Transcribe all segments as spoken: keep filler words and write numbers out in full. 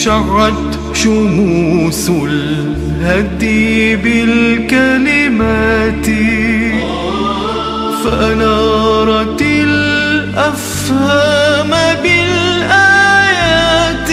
شعت شموس الهدي بالكلمات فأنارت الأفهام بالآيات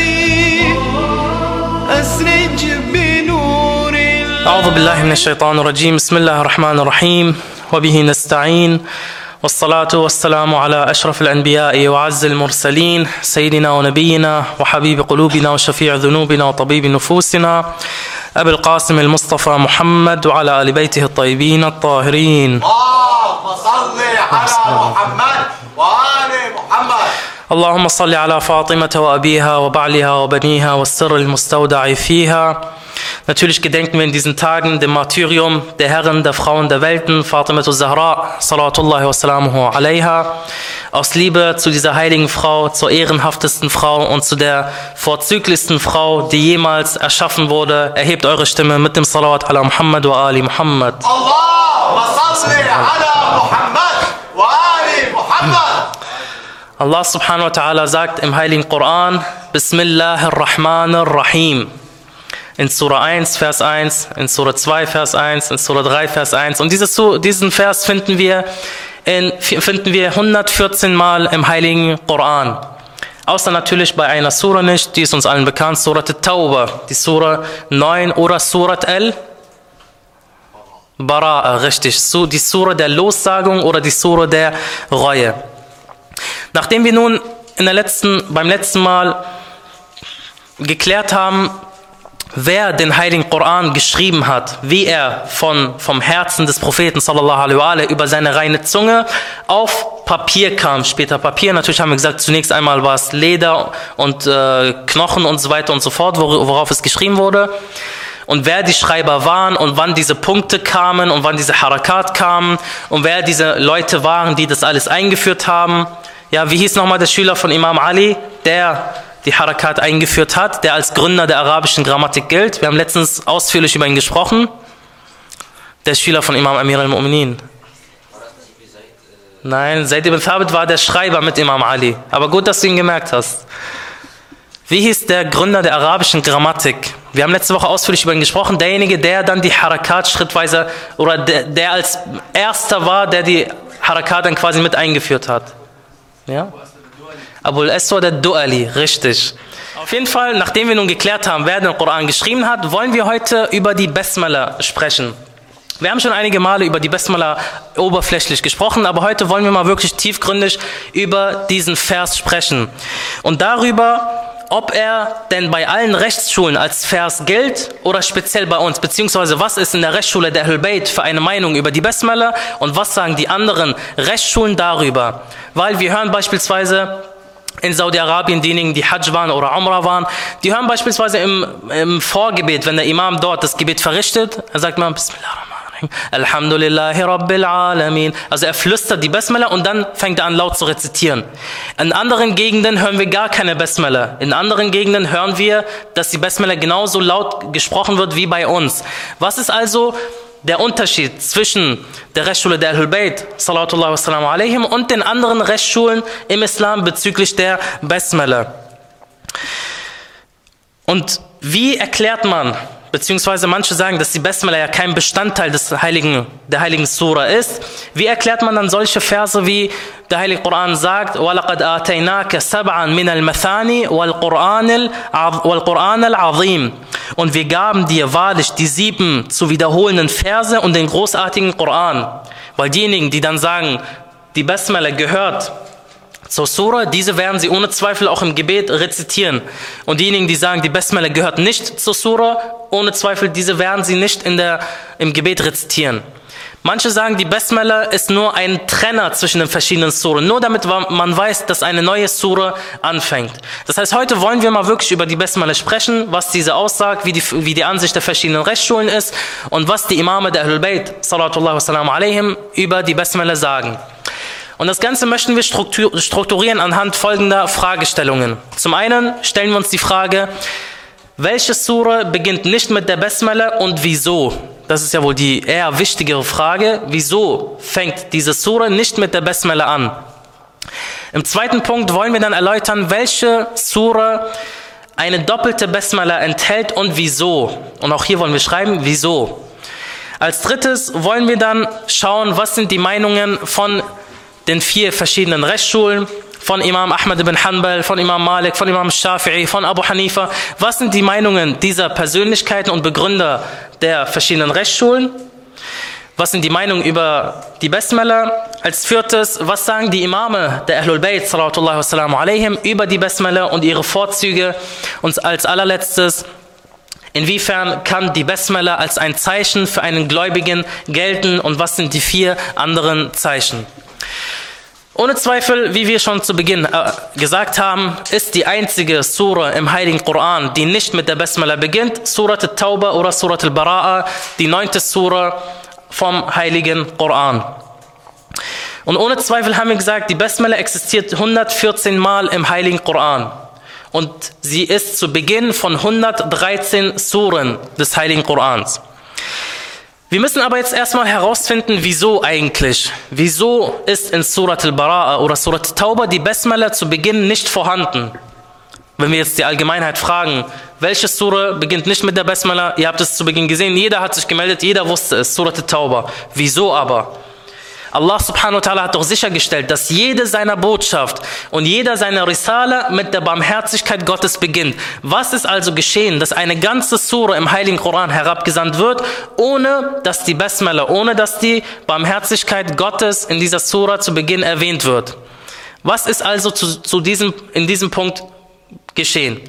أسرج بنور أعوذ بالله من الشيطان الرجيم بسم الله الرحمن الرحيم وبه نستعين والصلاة والسلام على أشرف الأنبياء وعز المرسلين سيدنا ونبينا وحبيب قلوبنا وشفيع ذنوبنا وطبيب نفوسنا أبي القاسم المصطفى محمد وعلى آل بيته الطيبين الطاهرين. اللهم صل على محمد وآل محمد. اللهم صل على فاطمة وأبيها وبعلها وبنيها والسر المستودع فيها. Natürlich gedenken wir in diesen Tagen dem Martyrium der Herren, der Frauen der Welten, Fatima Zahra, salawatullahi wa salamuhu alaiha. Aus Liebe zu dieser heiligen Frau, zur ehrenhaftesten Frau und zu der vorzüglichsten Frau, die jemals erschaffen wurde, erhebt eure Stimme mit dem Salawat ala Muhammad wa ali Muhammad. Allahumma salli ala Muhammad wa ali Muhammad. Allah subhanahu wa ta'ala sagt im heiligen Koran, Bismillahirrahmanirrahim. In Surah eins, Vers eins, in Surah zwei, Vers eins, in Surah drei, Vers eins. Und dieses, diesen Vers finden wir, in, finden wir hundertvierzehn Mal im Heiligen Koran. Außer natürlich bei einer Surah nicht, die ist uns allen bekannt, Surah At-Tawbah, die Surah neun oder Surah Al-Bara'a, richtig, die Surah der Lossagung oder die Surah der Reue. Nachdem wir nun in der letzten, beim letzten Mal geklärt haben, wer den Heiligen Koran geschrieben hat, wie er von, vom Herzen des Propheten sallallahu alaihi wa sallam über seine reine Zunge auf Papier kam, später Papier, natürlich haben wir gesagt, zunächst einmal war es Leder und äh, Knochen und so weiter und so fort, wor worauf es geschrieben wurde, und wer die Schreiber waren und wann diese Punkte kamen und wann diese Harakat kamen und wer diese Leute waren, die das alles eingeführt haben. Ja, wie hieß nochmal der Schüler von Imam Ali, der die Harakat eingeführt hat, der als Gründer der arabischen Grammatik gilt. Wir haben letztens ausführlich über ihn gesprochen. Der Schüler von Imam Amir al-Mu'minin. Nein, Zayd ibn Thabit war der Schreiber mit Imam Ali. Aber gut, dass du ihn gemerkt hast. Wie hieß der Gründer der arabischen Grammatik? Wir haben letzte Woche ausführlich über ihn gesprochen. Derjenige, der dann die Harakat schrittweise, oder der, der als erster war, der die Harakat dann quasi mit eingeführt hat. Ja? Abul Aswad ad-Du'ali, richtig. Auf jeden Fall, nachdem wir nun geklärt haben, wer den Koran geschrieben hat, wollen wir heute über die Basmala sprechen. Wir haben schon einige Male über die Basmala oberflächlich gesprochen, aber heute wollen wir mal wirklich tiefgründig über diesen Vers sprechen. Und darüber, ob er denn bei allen Rechtsschulen als Vers gilt oder speziell bei uns, beziehungsweise was ist in der Rechtsschule der Ahlul Bayt für eine Meinung über die Basmala und was sagen die anderen Rechtsschulen darüber. Weil wir hören beispielsweise in Saudi-Arabien, diejenigen, die Hajj waren oder Umrah waren, die hören beispielsweise im, im Vorgebet, wenn der Imam dort das Gebet verrichtet, er sagt man Bismillahirrahmanirrahim, Alhamdulillahi Rabbil Alamin. Also er flüstert die Basmala und dann fängt er an laut zu rezitieren. In anderen Gegenden hören wir gar keine Basmala. In anderen Gegenden hören wir, dass die Basmala genauso laut gesprochen wird wie bei uns. Was ist also der Unterschied zwischen der Rechtsschule der Ahlul Bayt salawatullahi wa salamu alaihim und den anderen Rechtsschulen im Islam bezüglich der Basmala? Und wie erklärt man, beziehungsweise manche sagen, dass die Basmala ja kein Bestandteil des Heiligen, der Heiligen Sura ist, wie erklärt man dann solche Verse, wie der Heilige Koran sagt, وَلَقَدْ آتَيْنَاكَ سَبْعًا مِنَ الْمَثَانِ وَالْقُرْآنَ الْعَظِيمِ. Und wir gaben dir wahrlich die sieben zu wiederholenden Verse und den großartigen Koran. Weil diejenigen, die dann sagen, die Basmala gehört zur Sura, diese werden sie ohne Zweifel auch im Gebet rezitieren. Und diejenigen, die sagen, die Basmala gehört nicht zur Sura, ohne Zweifel, diese werden sie nicht in der, im Gebet rezitieren. Manche sagen, die Basmala ist nur ein Trenner zwischen den verschiedenen Suren, nur damit man weiß, dass eine neue Sura anfängt. Das heißt, heute wollen wir mal wirklich über die Basmala sprechen, was diese aussagt, wie die, wie die Ansicht der verschiedenen Rechtsschulen ist und was die Imame der Ahlul Bayt salawatullahi wa salamu alaihim über die Basmala sagen. Und das Ganze möchten wir strukturieren anhand folgender Fragestellungen. Zum einen stellen wir uns die Frage, welche Sura beginnt nicht mit der Basmala und wieso? Das ist ja wohl die eher wichtigere Frage. Wieso fängt diese Sura nicht mit der Basmala an? Im zweiten Punkt wollen wir dann erläutern, welche Sura eine doppelte Basmala enthält und wieso. Und auch hier wollen wir schreiben, wieso. Als drittes wollen wir dann schauen, was sind die Meinungen von den vier verschiedenen Rechtsschulen, von Imam Ahmad ibn Hanbal, von Imam Malik, von Imam Shafi'i, von Abu Hanifa. Was sind die Meinungen dieser Persönlichkeiten und Begründer der verschiedenen Rechtsschulen? Was sind die Meinungen über die Basmala? Als viertes, was sagen die Imame der Ahlul Bayt, salawatullahi wa salamu alayhim, über die Basmala und ihre Vorzüge? Und als allerletztes, inwiefern kann die Basmala als ein Zeichen für einen Gläubigen gelten und was sind die vier anderen Zeichen? Ohne Zweifel, wie wir schon zu Beginn äh, gesagt haben, ist die einzige Sura im Heiligen Koran, die nicht mit der Basmala beginnt, Surat al-Tauba oder Surat al-Bara'a, die neunte Sura vom Heiligen Koran. Und ohne Zweifel haben wir gesagt, die Basmala existiert hundertvierzehn Mal im Heiligen Koran. Und sie ist zu Beginn von hundertdreizehn Suren des Heiligen Korans. Wir müssen aber jetzt erstmal herausfinden, wieso eigentlich. Wieso ist in Surat al-Bara'a oder Surat al-Tauba die Basmala zu Beginn nicht vorhanden? Wenn wir jetzt die Allgemeinheit fragen, welche Sura beginnt nicht mit der Basmala? Ihr habt es zu Beginn gesehen, jeder hat sich gemeldet, jeder wusste es, Surat al-Tauba. Wieso aber? Allah subhanahu wa ta'ala hat doch sichergestellt, dass jede seiner Botschaft und jeder seiner Risala mit der Barmherzigkeit Gottes beginnt. Was ist also geschehen, dass eine ganze Sura im Heiligen Koran herabgesandt wird, ohne dass die Basmala, ohne dass die Barmherzigkeit Gottes in dieser Sura zu Beginn erwähnt wird? Was ist also zu, zu diesem, in diesem Punkt geschehen?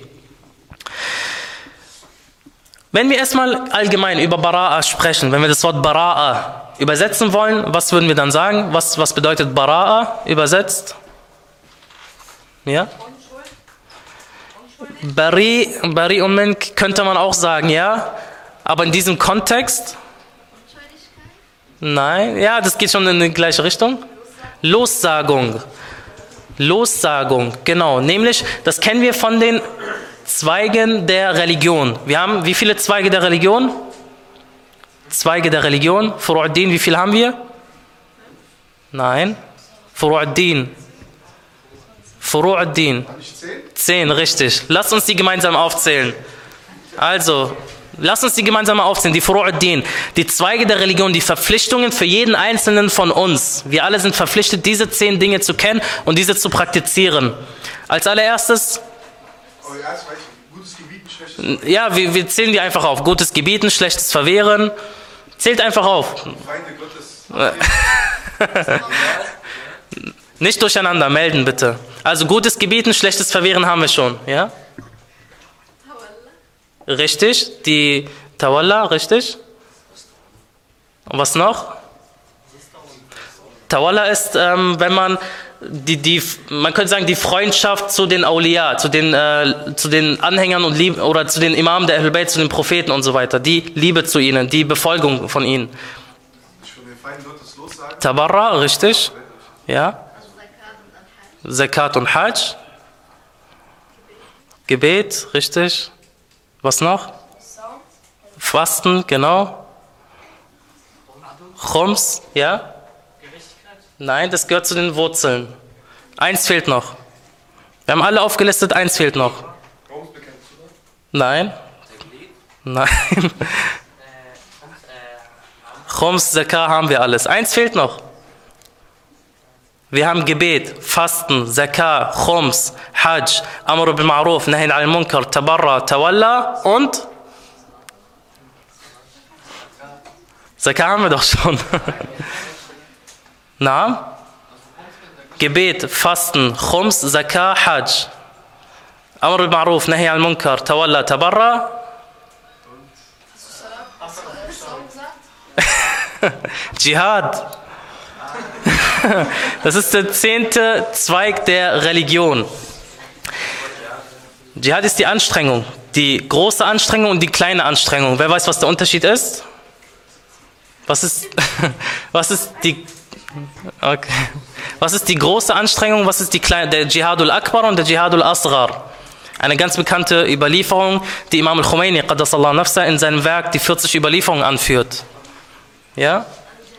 Wenn wir erstmal allgemein über Bara'a sprechen, wenn wir das Wort Bara'a übersetzen wollen, was würden wir dann sagen? Was, was bedeutet Bara'a übersetzt? Ja? Bari, Bari und Mink könnte man auch sagen, ja. Aber in diesem Kontext? Nein, ja, das geht schon in die gleiche Richtung. Lossagung. Lossagung, genau. Nämlich, das kennen wir von den Zweigen der Religion. Wir haben wie viele Zweige der Religion? Zweige der Religion. Furu'ad-Din, wie viel haben wir? Nein. Furu'ad-Din. Furu'ad-Din. Zehn, richtig. Lasst uns die gemeinsam aufzählen. Also, lasst uns die gemeinsam aufzählen. Die Furu'ad-Din. Die Zweige der Religion, die Verpflichtungen für jeden Einzelnen von uns. Wir alle sind verpflichtet, diese zehn Dinge zu kennen und diese zu praktizieren. Als allererstes... Oh ja, das weiß ich. Gutes Gebieten, schlechtes Ja, wir, wir zählen die einfach auf. Gutes Gebieten, schlechtes Verwehren. Zählt einfach auf. Feinde Gottes. Nicht durcheinander, melden bitte. Also gutes Gebieten, schlechtes Verwehren haben wir schon. Ja? Richtig. Die Tawalla, richtig. Und was noch? Tawalla ist, ähm, wenn man... Die, die, man könnte sagen, die Freundschaft zu den Awliya, zu den, äh, zu den Anhängern und Lieb oder zu den Imamen der Ahlul Bayt, zu den Propheten und so weiter. Die Liebe zu ihnen, die Befolgung von ihnen. Von den Feinden Gottes lossagen. Tabarra, richtig. Ja. Zakat und Hajj. Gebet, richtig. Was noch? Fasten, genau. Khums, ja. Nein, das gehört zu den Wurzeln. Eins fehlt noch. Wir haben alle aufgelistet, eins fehlt noch. Nein. Nein. Khums, Zakah haben wir alles. Eins fehlt noch. Wir haben Gebet, Fasten, Zakah, Khums, Hajj, Amr bil Ma'ruf, Nahy al Munkar, Tabarra, Tawalla und Zakah haben wir doch schon. Na? Gebet, Fasten, Khums, Zakah, Hajj. Amr bil Ma'ruf, Nahy al Munkar, Tawalla, Tabarra. Dschihad. Das ist der zehnte Zweig der Religion. Dschihad ist die Anstrengung. Die große Anstrengung und die kleine Anstrengung. Wer weiß, was der Unterschied ist? Was ist, was ist die... Okay. Was ist die große Anstrengung? Was ist die kleine? Der Dschihadul Akbar und der Dschihadul Asghar. Eine ganz bekannte Überlieferung, die Imam al-Khomeini qaddasallahu nafsa in seinem Werk die vierzig Überlieferungen anführt. Ja?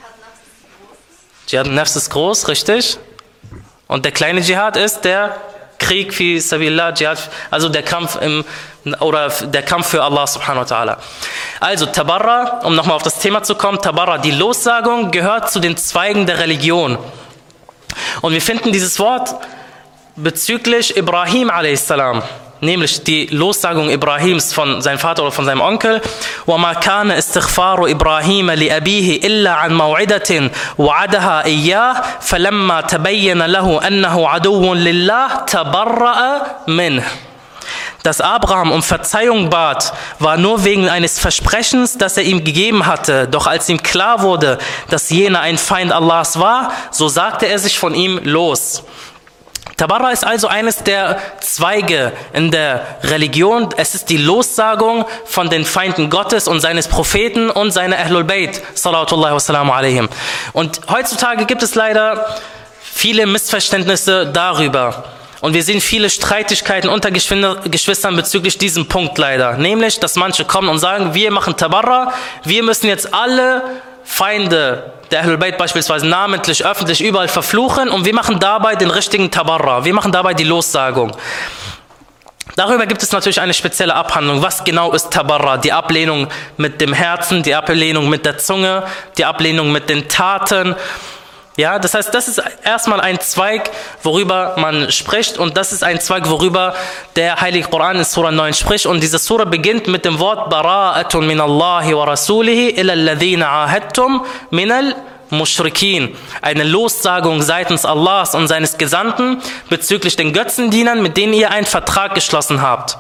Dschihad Nafs ist groß, richtig. Und der kleine Dschihad ist der Krieg fi sabilillah, Jihad, also der Kampf im, oder der Kampf für Allah subhanahu wa ta'ala. Also Tabarra, um nochmal auf das Thema zu kommen, Tabarra, die Lossagung gehört zu den Zweigen der Religion. Und wir finden dieses Wort bezüglich Ibrahim a s, nämlich die Lossagung Ibrahims von seinem Vater oder von seinem Onkel. وَمَا كَانَ إِسْتِغْفَارُ إِبْرَاهِيمَ لِأَبِيهِ إِلَّا عَنْ مَوْعِدَةٍ وَعَدَهَا إِيَّاهُ فَلَمَّا تَبَيَّنَ لَهُ أَنَّهُ عَدُوٌّ لِلَّهِ تَبَرَّأَ مِنْهُ. Dass Abraham um Verzeihung bat, war nur wegen eines Versprechens, das er ihm gegeben hatte. Doch als ihm klar wurde, dass jener ein Feind Allahs war, so sagte er sich von ihm los. Tabarra ist also eines der Zweige in der Religion. Es ist die Lossagung von den Feinden Gottes und seines Propheten und seiner Ahlul Bayt, salawatullahi wa salamu alaihim. Und heutzutage gibt es leider viele Missverständnisse darüber. Und wir sehen viele Streitigkeiten unter Geschwistern bezüglich diesem Punkt leider. Nämlich, dass manche kommen und sagen, wir machen Tabarra, wir müssen jetzt alle Feinde der Ahlul Bayt beispielsweise namentlich, öffentlich, überall verfluchen und wir machen dabei den richtigen Tabarra, wir machen dabei die Lossagung. Darüber gibt es natürlich eine spezielle Abhandlung. Was genau ist Tabarra? Die Ablehnung mit dem Herzen, die Ablehnung mit der Zunge, die Ablehnung mit den Taten. Ja, das heißt, das ist erstmal ein Zweig, worüber man spricht und das ist ein Zweig, worüber der Heilige Koran in Surah neun spricht und diese Surah beginnt mit dem Wort Bara'atun min Allahi wa rasulihi ila alladhina ahadtum minal Mushrikin. Eine Lossagung seitens Allahs und seines Gesandten bezüglich den Götzendienern, mit denen ihr einen Vertrag geschlossen habt.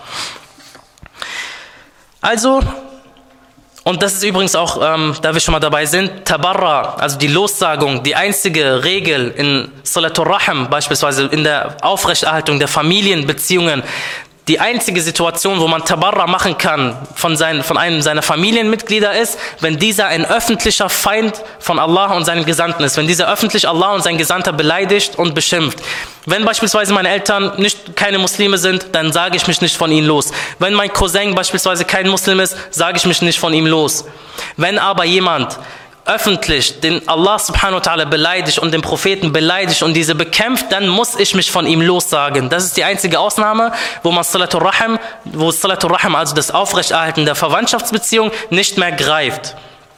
Also, und das ist übrigens auch, ähm, da wir schon mal dabei sind, Tabarra, also die Lossagung, die einzige Regel in Salatul Rahim, beispielsweise in der Aufrechterhaltung der Familienbeziehungen, die einzige Situation, wo man Tabarra machen kann von, seinen, von einem seiner Familienmitglieder ist, wenn dieser ein öffentlicher Feind von Allah und seinem Gesandten ist, wenn dieser öffentlich Allah und sein Gesandter beleidigt und beschimpft. Wenn beispielsweise meine Eltern nicht keine Muslime sind, dann sage ich mich nicht von ihnen los. Wenn mein Cousin beispielsweise kein Muslim ist, sage ich mich nicht von ihm los. Wenn aber jemand öffentlich den Allah subhanahu wa ta'ala beleidigt und den Propheten beleidigt und diese bekämpft, dann muss ich mich von ihm lossagen. Das ist die einzige Ausnahme, wo man Salatul Rahim, wo Salatul Rahim, also das Aufrechterhalten der Verwandtschaftsbeziehung, nicht mehr greift.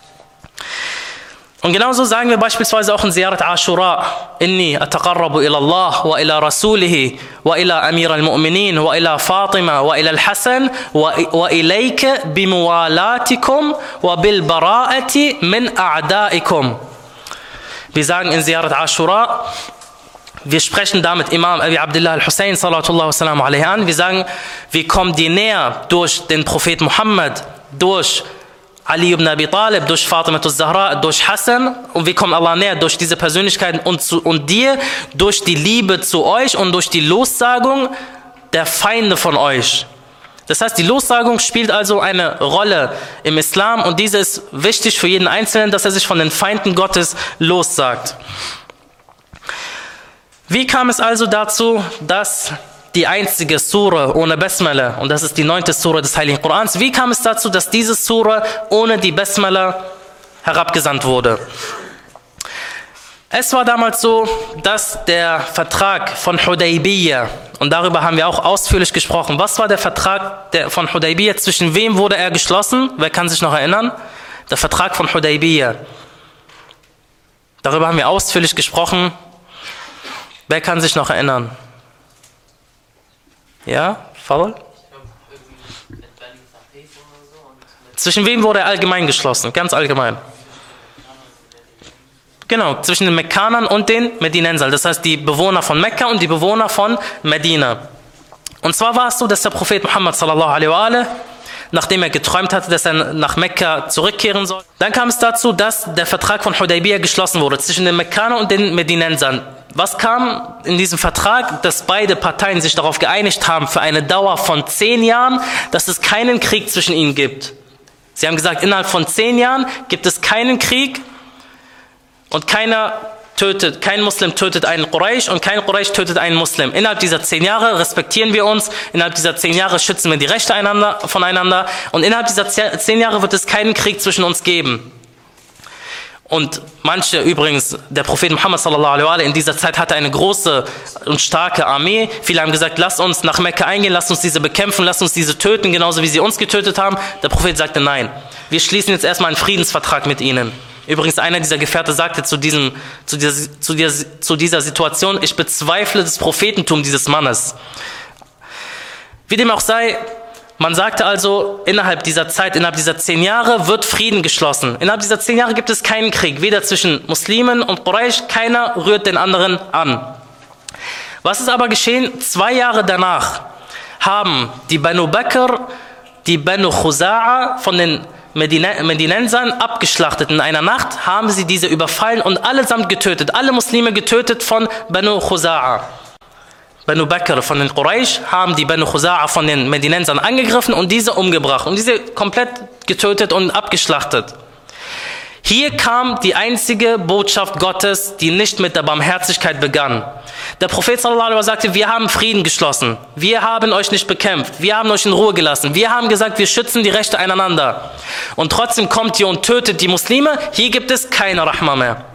Und genauso sagen wir beispielsweise auch in Ziyarat Ashura, Inni ataqarrabu ila Allah wa ila Rasulihi wa ila Amir al-Mu'minin wa ila Fatima wa ila al-Hasan wa ilayka bimuwalatikum wa bil bara'ati min a'da'ikum. Wir sagen in Ziyarat Ashura, wir sprechen damit Imam Abi Abdullah al-Hussein sallallahu wasallam alaihi an, wir sagen, wir kommen dir näher durch den Prophet Muhammad, durch Ali ibn Abi Talib, durch Fatima al-Zahra, durch Hassan und wir kommen Allah näher durch diese Persönlichkeiten und, zu, und dir durch die Liebe zu euch und durch die Lossagung der Feinde von euch. Das heißt, die Lossagung spielt also eine Rolle im Islam und diese ist wichtig für jeden Einzelnen, dass er sich von den Feinden Gottes lossagt. Wie kam es also dazu, dass die einzige Sura ohne Basmala, und das ist die neunte Sura des Heiligen Korans, wie kam es dazu, dass diese Sura ohne die Basmala herabgesandt wurde? Es war damals so, dass der Vertrag von Hudaybiyah, und darüber haben wir auch ausführlich gesprochen, was war der Vertrag der, von Hudaybiyah, zwischen wem wurde er geschlossen? Wer kann sich noch erinnern? Der Vertrag von Hudaybiyah. Darüber haben wir ausführlich gesprochen. Wer kann sich noch erinnern? Ja, Fadl? Zwischen wem wurde er allgemein geschlossen? Ganz allgemein. Genau, zwischen den Mekkanern und den Medinensern. Das heißt, die Bewohner von Mekka und die Bewohner von Medina. Und zwar war es so, dass der Prophet Muhammad sallallahu alaihi wa alaihi, nachdem er geträumt hatte, dass er nach Mekka zurückkehren soll, dann kam es dazu, dass der Vertrag von Hudaybiyah geschlossen wurde zwischen den Mekkanern und den Medinensern. Was kam in diesem Vertrag? Dass beide Parteien sich darauf geeinigt haben, für eine Dauer von zehn Jahren, dass es keinen Krieg zwischen ihnen gibt. Sie haben gesagt, innerhalb von zehn Jahren gibt es keinen Krieg und keiner tötet, kein Muslim tötet einen Quraysh und kein Quraysh tötet einen Muslim. Innerhalb dieser zehn Jahre respektieren wir uns, innerhalb dieser zehn Jahre schützen wir die Rechte einander, voneinander und innerhalb dieser zehn Jahre wird es keinen Krieg zwischen uns geben. Und manche übrigens, der Prophet Muhammad sallallahu alaihi wa sallam in dieser Zeit hatte eine große und starke Armee. Viele haben gesagt, lasst uns nach Mekka eingehen, lasst uns diese bekämpfen, lasst uns diese töten, genauso wie sie uns getötet haben. Der Prophet sagte, nein, wir schließen jetzt erstmal einen Friedensvertrag mit ihnen. Übrigens, einer dieser Gefährte sagte zu, diesem, zu, dieser, zu, dieser, zu dieser Situation, ich bezweifle das Prophetentum dieses Mannes. Wie dem auch sei, man sagte also, innerhalb dieser Zeit, innerhalb dieser zehn Jahre wird Frieden geschlossen. Innerhalb dieser zehn Jahre gibt es keinen Krieg, weder zwischen Muslimen und Quraysh, keiner rührt den anderen an. Was ist aber geschehen? Zwei Jahre danach haben die Banu Bakr, die Banu Khuza'a von den Medinensern abgeschlachtet. In einer Nacht haben sie diese überfallen und allesamt getötet, alle Muslime getötet von Banu Khuza'a. Banu Bakr von den Quraysh haben die Banu Khuza'a von den Medinensern angegriffen und diese umgebracht und diese komplett getötet und abgeschlachtet. Hier kam die einzige Botschaft Gottes, die nicht mit der Barmherzigkeit begann. Der Prophet sallallahu alaihi wa sallam sagte, wir haben Frieden geschlossen, wir haben euch nicht bekämpft, wir haben euch in Ruhe gelassen, wir haben gesagt, wir schützen die Rechte einander. Und trotzdem kommt ihr und tötet die Muslime, hier gibt es keine Rahma mehr.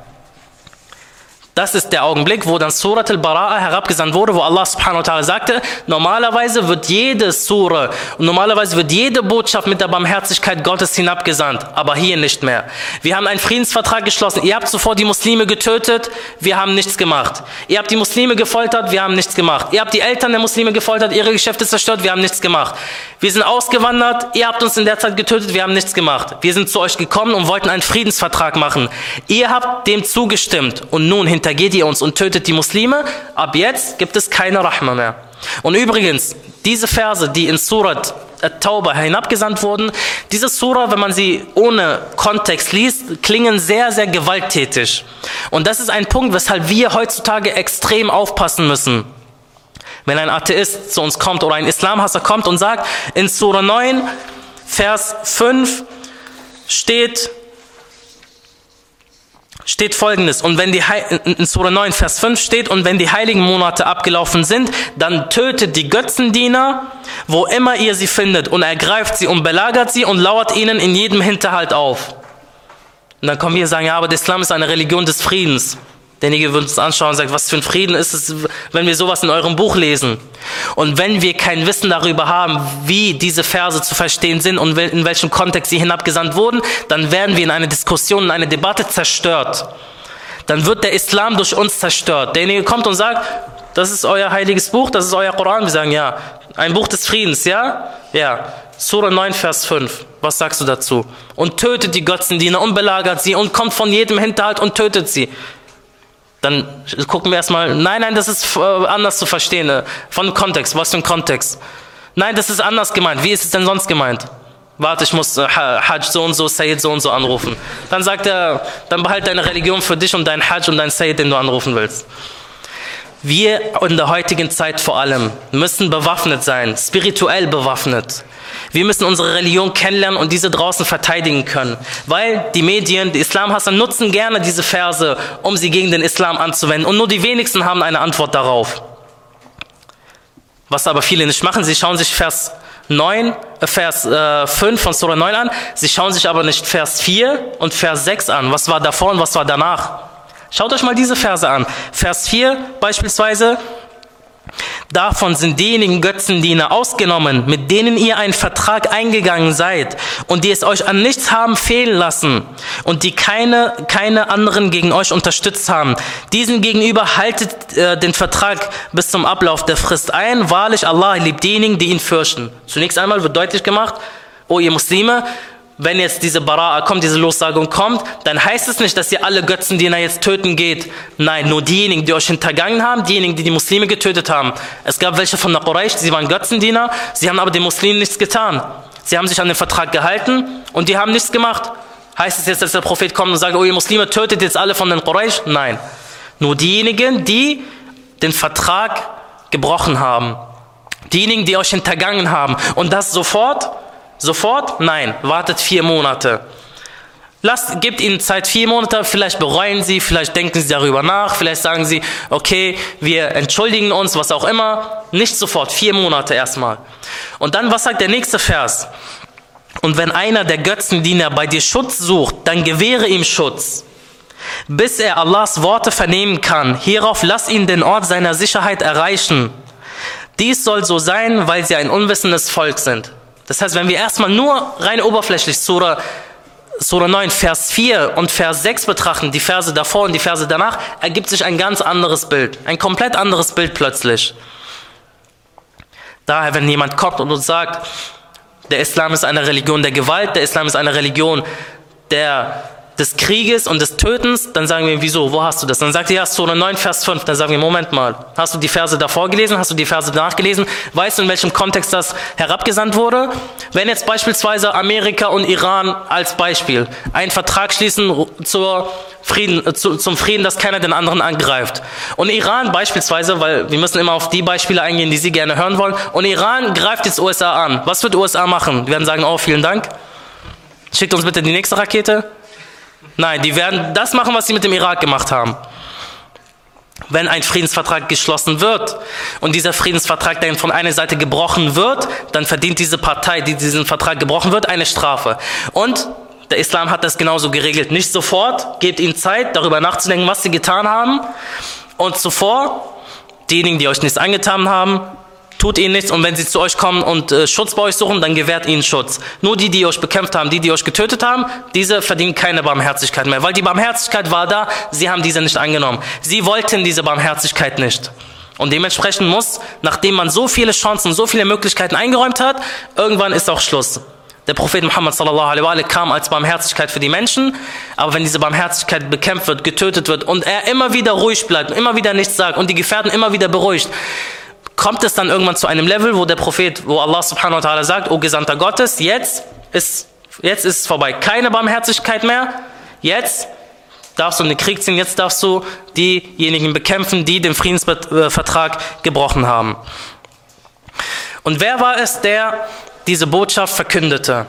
Das ist der Augenblick, wo dann Surat al-Bara'a herabgesandt wurde, wo Allah subhanahu wa ta'ala sagte, normalerweise wird jede Sura und normalerweise wird jede Botschaft mit der Barmherzigkeit Gottes hinabgesandt, aber hier nicht mehr. Wir haben einen Friedensvertrag geschlossen, ihr habt zuvor die Muslime getötet, wir haben nichts gemacht. Ihr habt die Muslime gefoltert, wir haben nichts gemacht. Ihr habt die Eltern der Muslime gefoltert, ihre Geschäfte zerstört, wir haben nichts gemacht. Wir sind ausgewandert, ihr habt uns in der Zeit getötet, wir haben nichts gemacht. Wir sind zu euch gekommen und wollten einen Friedensvertrag machen. Ihr habt dem zugestimmt und nun hintergeht ihr uns und tötet die Muslime. Ab jetzt gibt es keine Rahma mehr. Und übrigens, diese Verse, die in Surat At-Tauba hinabgesandt wurden, diese Surah, wenn man sie ohne Kontext liest, klingen sehr, sehr gewalttätig. Und das ist ein Punkt, weshalb wir heutzutage extrem aufpassen müssen. Wenn ein Atheist zu uns kommt oder ein Islamhasser kommt und sagt, in Surah neun, Vers fünf steht, steht folgendes, und wenn die in Surah neun, Vers fünf steht, und wenn die heiligen Monate abgelaufen sind, dann tötet die Götzendiener, wo immer ihr sie findet, und ergreift sie und belagert sie und lauert ihnen in jedem Hinterhalt auf. Und dann kommen wir und sagen, ja, aber der Islam ist eine Religion des Friedens. Derjenige wird uns anschauen und sagt, was für ein Frieden ist es, wenn wir sowas in eurem Buch lesen. Und wenn wir kein Wissen darüber haben, wie diese Verse zu verstehen sind und in welchem Kontext sie hinabgesandt wurden, dann werden wir in eine Diskussion, in eine Debatte zerstört. Dann wird der Islam durch uns zerstört. Derjenige kommt und sagt, das ist euer heiliges Buch, das ist euer Koran. Wir sagen, ja, ein Buch des Friedens, ja? Ja. Surah neun, Vers fünf. Was sagst du dazu? Und tötet die Götzendiener und belagert sie und kommt von jedem Hinterhalt und tötet sie. Dann gucken wir erstmal, nein, nein, das ist anders zu verstehen, von Kontext, was für ein Kontext. Nein, das ist anders gemeint, wie ist es denn sonst gemeint? Warte, ich muss Hajj so und so, Sayyid so und so anrufen. Dann sagt er, dann behalte deine Religion für dich und dein Hajj und dein Sayyid, den du anrufen willst. Wir in der heutigen Zeit vor allem müssen bewaffnet sein, spirituell bewaffnet. Wir müssen unsere Religion kennenlernen und diese draußen verteidigen können. Weil die Medien, die Islamhasser nutzen gerne diese Verse, um sie gegen den Islam anzuwenden. Und nur die wenigsten haben eine Antwort darauf. Was aber viele nicht machen, sie schauen sich Vers neun, äh Vers äh, fünf von Surah neun an, sie schauen sich aber nicht Vers vier und Vers sechs an. Was war davor und was war danach? Schaut euch mal diese Verse an. Vers vier beispielsweise: Davon sind diejenigen Götzendiener ausgenommen, mit denen ihr einen Vertrag eingegangen seid und die es euch an nichts haben fehlen lassen und die keine, keine anderen gegen euch unterstützt haben. Diesen gegenüber haltet äh, den Vertrag bis zum Ablauf der Frist ein. Wahrlich, Allah liebt diejenigen, die ihn fürchten. Zunächst einmal wird deutlich gemacht, o ihr Muslime, wenn jetzt diese Bara'a kommt, diese Lossagung kommt, dann heißt es nicht, dass ihr alle Götzendiener jetzt töten geht. Nein, nur diejenigen, die euch hintergangen haben, diejenigen, die die Muslime getötet haben. Es gab welche von der Quraysh, sie waren Götzendiener, sie haben aber den Muslimen nichts getan. Sie haben sich an den Vertrag gehalten und die haben nichts gemacht. Heißt es jetzt, dass der Prophet kommt und sagt, oh ihr Muslime, tötet jetzt alle von den Quraysh? Nein. Nur diejenigen, die den Vertrag gebrochen haben. Diejenigen, die euch hintergangen haben. Und das sofort? Sofort? Nein, wartet vier Monate. Lasst, gebt ihnen Zeit, vier Monate, vielleicht bereuen sie, vielleicht denken sie darüber nach, vielleicht sagen sie, okay, wir entschuldigen uns, was auch immer. Nicht sofort, vier Monate erstmal. Und dann, was sagt der nächste Vers? Und wenn einer der Götzendiener bei dir Schutz sucht, dann gewähre ihm Schutz. bis er Allahs Worte vernehmen kann. Hierauf lass ihn den Ort seiner Sicherheit erreichen. Dies soll so sein, weil sie ein unwissendes Volk sind. Das heißt, wenn wir erstmal nur rein oberflächlich Surah, Surah neun, Vers vier und Vers sechs betrachten, die Verse davor und die Verse danach, ergibt sich ein ganz anderes Bild. Ein komplett anderes Bild plötzlich. Daher, wenn jemand kommt und uns sagt, der Islam ist eine Religion der Gewalt, der Islam ist eine Religion der, des Krieges und des Tötens, dann sagen wir, wieso, wo hast du das? Dann sagt er, ja, Surah neun, Vers fünf, dann sagen wir, Moment mal, hast du die Verse davor gelesen, hast du die Verse danach gelesen, weißt du, in welchem Kontext das herabgesandt wurde? Wenn jetzt beispielsweise Amerika und Iran als Beispiel einen Vertrag schließen zur Frieden, zu, zum Frieden, dass keiner den anderen angreift. Und Iran beispielsweise, weil wir müssen immer auf die Beispiele eingehen, die Sie gerne hören wollen, und Iran greift jetzt U S A an. Was wird U S A machen? Die werden sagen, oh, vielen Dank, schickt uns bitte die nächste Rakete. Nein, die werden das machen, was sie mit dem Irak gemacht haben. Wenn ein Friedensvertrag geschlossen wird und dieser Friedensvertrag dann von einer Seite gebrochen wird, dann verdient diese Partei, die diesen Vertrag gebrochen wird, eine Strafe. Und der Islam hat das genauso geregelt. Nicht sofort, gebt ihnen Zeit, darüber nachzudenken, was sie getan haben. Und zuvor, diejenigen, die euch nichts angetan haben, tut ihnen nichts, und wenn sie zu euch kommen und äh, Schutz bei euch suchen, dann gewährt ihnen Schutz. Nur die, die euch bekämpft haben, die, die euch getötet haben, diese verdienen keine Barmherzigkeit mehr, weil die Barmherzigkeit war da, sie haben diese nicht angenommen. Sie wollten diese Barmherzigkeit nicht. Und dementsprechend muss, nachdem man so viele Chancen, so viele Möglichkeiten eingeräumt hat, irgendwann ist auch Schluss. Der Prophet Muhammad sallallahu alaihi wa sallam kam als Barmherzigkeit für die Menschen, aber wenn diese Barmherzigkeit bekämpft wird, getötet wird und er immer wieder ruhig bleibt, immer wieder nichts sagt und die Gefährten immer wieder beruhigt, kommt es dann irgendwann zu einem Level, wo der Prophet, wo Allah subhanahu wa ta'ala sagt, O Gesandter Gottes, jetzt ist, jetzt ist es vorbei. Keine Barmherzigkeit mehr. Jetzt darfst du in den Krieg ziehen, jetzt darfst du diejenigen bekämpfen, die den Friedensvertrag gebrochen haben. Und wer war es, der diese Botschaft verkündete?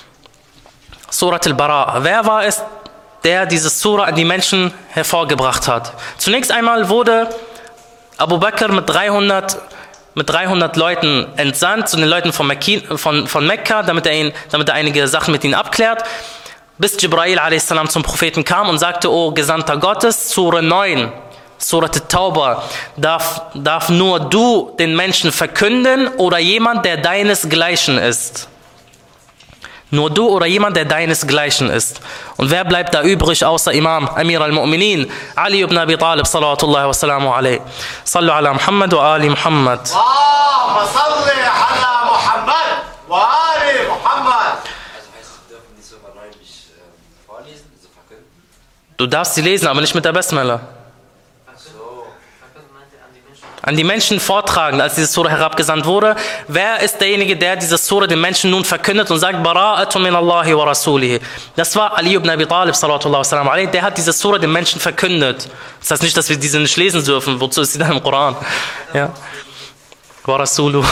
Surat al-Bara. Wer war es, der diese Surah an die Menschen hervorgebracht hat? Zunächst einmal wurde Abu Bakr mit dreihundert, mit dreihundert Leuten entsandt zu den Leuten von, Mekki, von, von Mekka, damit er, ihn, damit er einige Sachen mit ihnen abklärt, bis Jibrail a s. zum Propheten kam und sagte, O Gesandter Gottes, Surah neun, Surah at-Tauba, darf, darf nur du den Menschen verkünden oder jemand, der deinesgleichen ist? Nur du oder jemand, der deinesgleichen ist. Und wer bleibt da übrig, außer Imam Amir al-Mu'minin, Ali ibn Abi Talib, salawatullahi wa salamu alayhi. Sallu ala Muhammad wa ali Muhammad. Allahumma salli ala Muhammad wa ali Muhammad. Also heißt es, wir dürfen die Surah neun nicht äh, vorlesen, also verkünden? Du darfst sie lesen, aber nicht mit der Basmala. An die Menschen vortragen, als diese Surah herabgesandt wurde. Wer ist derjenige, der diese Surah den Menschen nun verkündet und sagt, Bara'atu min Allahi wa Rasulihi? Das war Ali ibn Abi Talib, sallallahu wa sallam alayhi, der hat diese Surah den Menschen verkündet. Das heißt nicht, dass wir diese nicht lesen dürfen. Wozu ist sie dann im Koran? Ja. Wa Rasuluhu.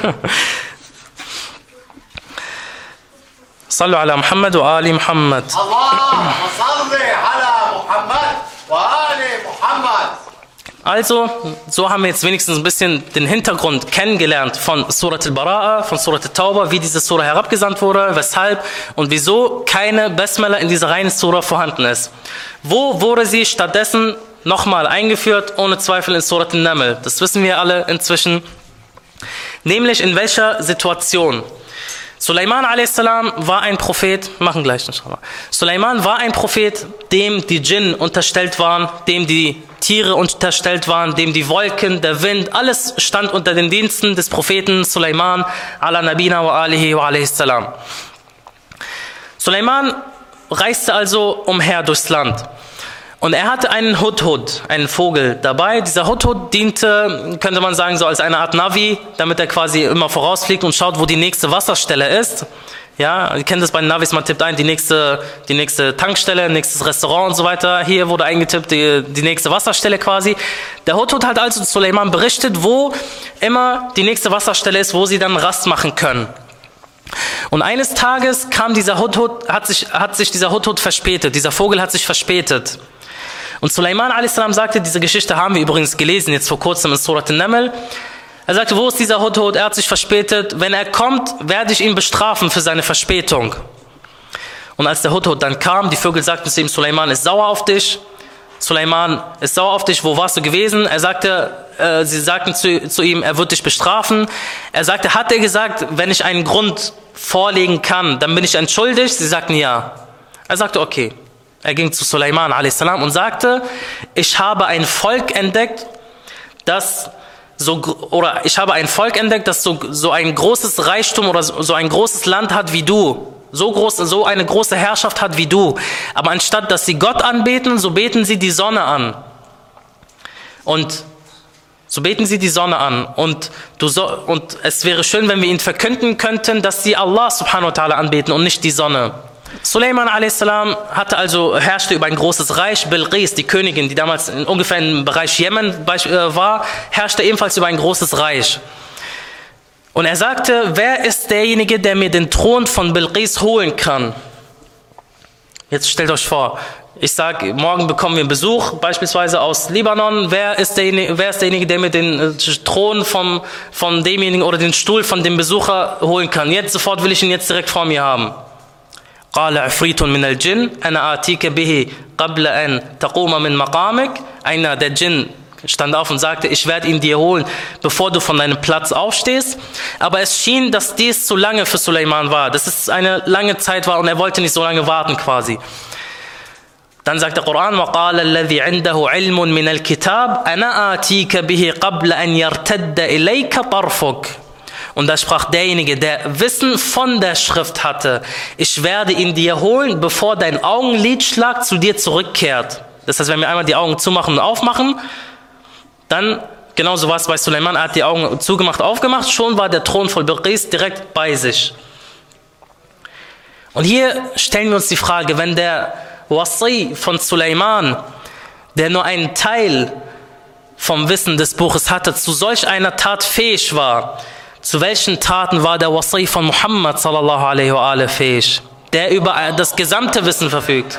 Sallu ala Muhammad wa ali Muhammad. Allahumma salli ala Muhammad wa ali Muhammad. Also, so haben wir jetzt wenigstens ein bisschen den Hintergrund kennengelernt von Surat al-Bara'a, von Surat al-Tauba, wie diese Surah herabgesandt wurde, weshalb und wieso keine Basmala in dieser reinen Surah vorhanden ist. Wo wurde sie stattdessen nochmal eingeführt? Ohne Zweifel in Surat al-Naml. Das wissen wir alle inzwischen. Nämlich in welcher Situation? Sulaiman a s. war ein Prophet, machen gleich nicht. Sulaiman war ein Prophet, dem die Djinn unterstellt waren, dem die Tiere unterstellt waren, dem die Wolken, der Wind, alles stand unter den Diensten des Propheten Sulaiman ala nabina wa alihi wa alayhi salam. Sulaiman reiste also umher durchs Land. Und er hatte einen Hudhud, einen Vogel dabei. Dieser Hudhud diente, könnte man sagen, so als eine Art Navi, damit er quasi immer vorausfliegt und schaut, wo die nächste Wasserstelle ist. Ja, ihr kennt das bei den Navis, man tippt ein, die nächste, die nächste Tankstelle, nächstes Restaurant und so weiter. Hier wurde eingetippt, die, die nächste Wasserstelle quasi. Der Hudhud hat also Sulaiman berichtet, wo immer die nächste Wasserstelle ist, wo sie dann Rast machen können. Und eines Tages kam dieser Hudhud, hat sich, hat sich dieser Hudhud verspätet, dieser Vogel hat sich verspätet. Und Sulaiman a s. sagte, diese Geschichte haben wir übrigens gelesen, jetzt vor kurzem in Surat al-Naml. Er sagte, wo ist dieser Hudhud? Er hat sich verspätet. Wenn er kommt, werde ich ihn bestrafen für seine Verspätung. Und als der Hudhud dann kam, die Vögel sagten zu ihm, Sulaiman ist sauer auf dich. Suleiman ist sauer auf dich, wo warst du gewesen? Er sagte, äh, sie sagten zu, zu ihm, er wird dich bestrafen. Er sagte, hat er gesagt, wenn ich einen Grund vorlegen kann, dann bin ich entschuldigt? Sie sagten ja. Er sagte, okay. Er ging zu Suleiman a s. und sagte, ich habe ein Volk entdeckt, das so, oder ich habe ein Volk entdeckt, das so, so ein großes Reichtum oder so ein großes Land hat wie du. So, groß, so eine große Herrschaft hat wie du. Aber anstatt, dass sie Gott anbeten, so beten sie die Sonne an. Und so beten sie die Sonne an. Und, du so, und es wäre schön, wenn wir ihnen verkünden könnten, dass sie Allah subhanahu wa ta'ala anbeten und nicht die Sonne. Suleiman a s. hatte also, herrschte über ein großes Reich. Bilqis, die Königin, die damals in ungefähr im Bereich Jemen war, herrschte ebenfalls über ein großes Reich. Und er sagte, wer ist derjenige, der mir den Thron von Bilqis holen kann? Jetzt stellt euch vor, ich sage, morgen bekommen wir Besuch, beispielsweise aus Libanon. Wer ist derjenige, wer ist derjenige der mir den Thron vom, von demjenigen oder den Stuhl von dem Besucher holen kann? Jetzt sofort will ich ihn jetzt direkt vor mir haben. قال عفريت من الجن أنا آتيك به قبل أن تقوم من مقامك. Einer der Djinn stand auf und sagte, ich werde ihn dir holen, bevor du von deinem Platz aufstehst. Aber es schien, dass dies zu lange für Suleiman war, dass es eine lange Zeit war und er wollte nicht so lange warten quasi. Dann sagt der Koran, وَقَالَ الَّذِي عِنْدَهُ عِلْمٌ مِنَ الْكِتَابِ أَنَا آتِيكَ بِهِ قَبْلَ أَنْ يَرْتَدَّ إِلَيْكَ طَرْفُكَ. Und da sprach derjenige, der Wissen von der Schrift hatte, ich werde ihn dir holen, bevor dein Augenlidschlag zu dir zurückkehrt. Das heißt, wenn wir einmal die Augen zumachen und aufmachen, dann, genauso war es bei Suleiman, er hat die Augen zugemacht, aufgemacht, schon war der Thron von Bilqis direkt bei sich. Und hier stellen wir uns die Frage, wenn der Wasi von Suleiman, der nur einen Teil vom Wissen des Buches hatte, zu solch einer Tat fähig war, zu welchen Taten war der Wasi von Muhammad sallallahu alaihi wa alihi fähig, der über das gesamte Wissen verfügt?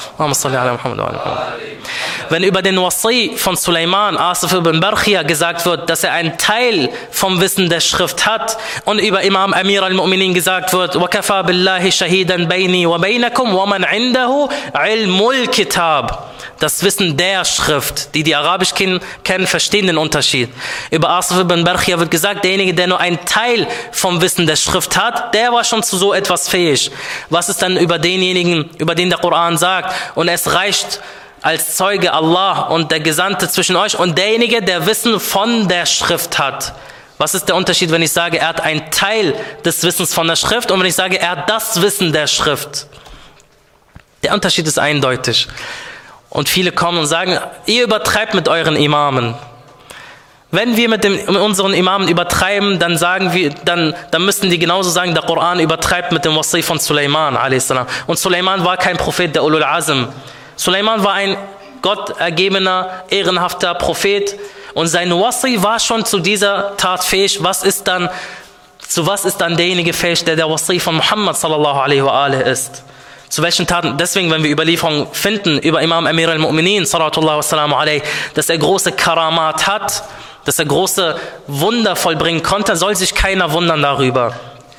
Wenn über den Wasi von Suleiman, Asif ibn Barkhia, gesagt wird, dass er einen Teil vom Wissen der Schrift hat und über Imam Amir al-Mu'minin gesagt wird, وَكَفَى بِاللَّهِ شَهِيدًا بَيْنِي وَبَيْنَكُمْ وَمَنْ عِنْدَهُ عِلْمُ الْكِتَابِ. Das Wissen der Schrift, die die Arabisch kennen, verstehen den Unterschied. Über Asif ibn Barkhia wird gesagt, derjenige, der nur einen Teil vom Wissen der Schrift hat, der war schon zu so etwas fähig. Was ist dann über denjenigen, über den der Koran sagt, und es reicht als Zeuge Allah und der Gesandte zwischen euch und derjenige, der Wissen von der Schrift hat? Was ist der Unterschied, wenn ich sage, er hat einen Teil des Wissens von der Schrift und wenn ich sage, er hat das Wissen der Schrift? Der Unterschied ist eindeutig. Und viele kommen und sagen, ihr übertreibt mit euren Imamen. Wenn wir mit, dem, mit unseren Imamen übertreiben, dann sagen wir, dann, dann müssten die genauso sagen, der Koran übertreibt mit dem Wasi von Suleiman a s. Und Suleiman war kein Prophet der Ulul Azm. Suleiman war ein gottergebener, ehrenhafter Prophet und sein Wasi war schon zu dieser Tat fähig. Was ist dann, zu was ist dann derjenige fähig, der der Wasi von Muhammad sallallahu alaihi wa alihi ist? Zu welchen Taten? Deswegen, wenn wir Überlieferungen finden über Imam Amir al-Mu'minin, sallallahu wassalamu alaihi, dass er große Karamat hat, dass er große Wunder vollbringen konnte, soll sich keiner wundern darüber.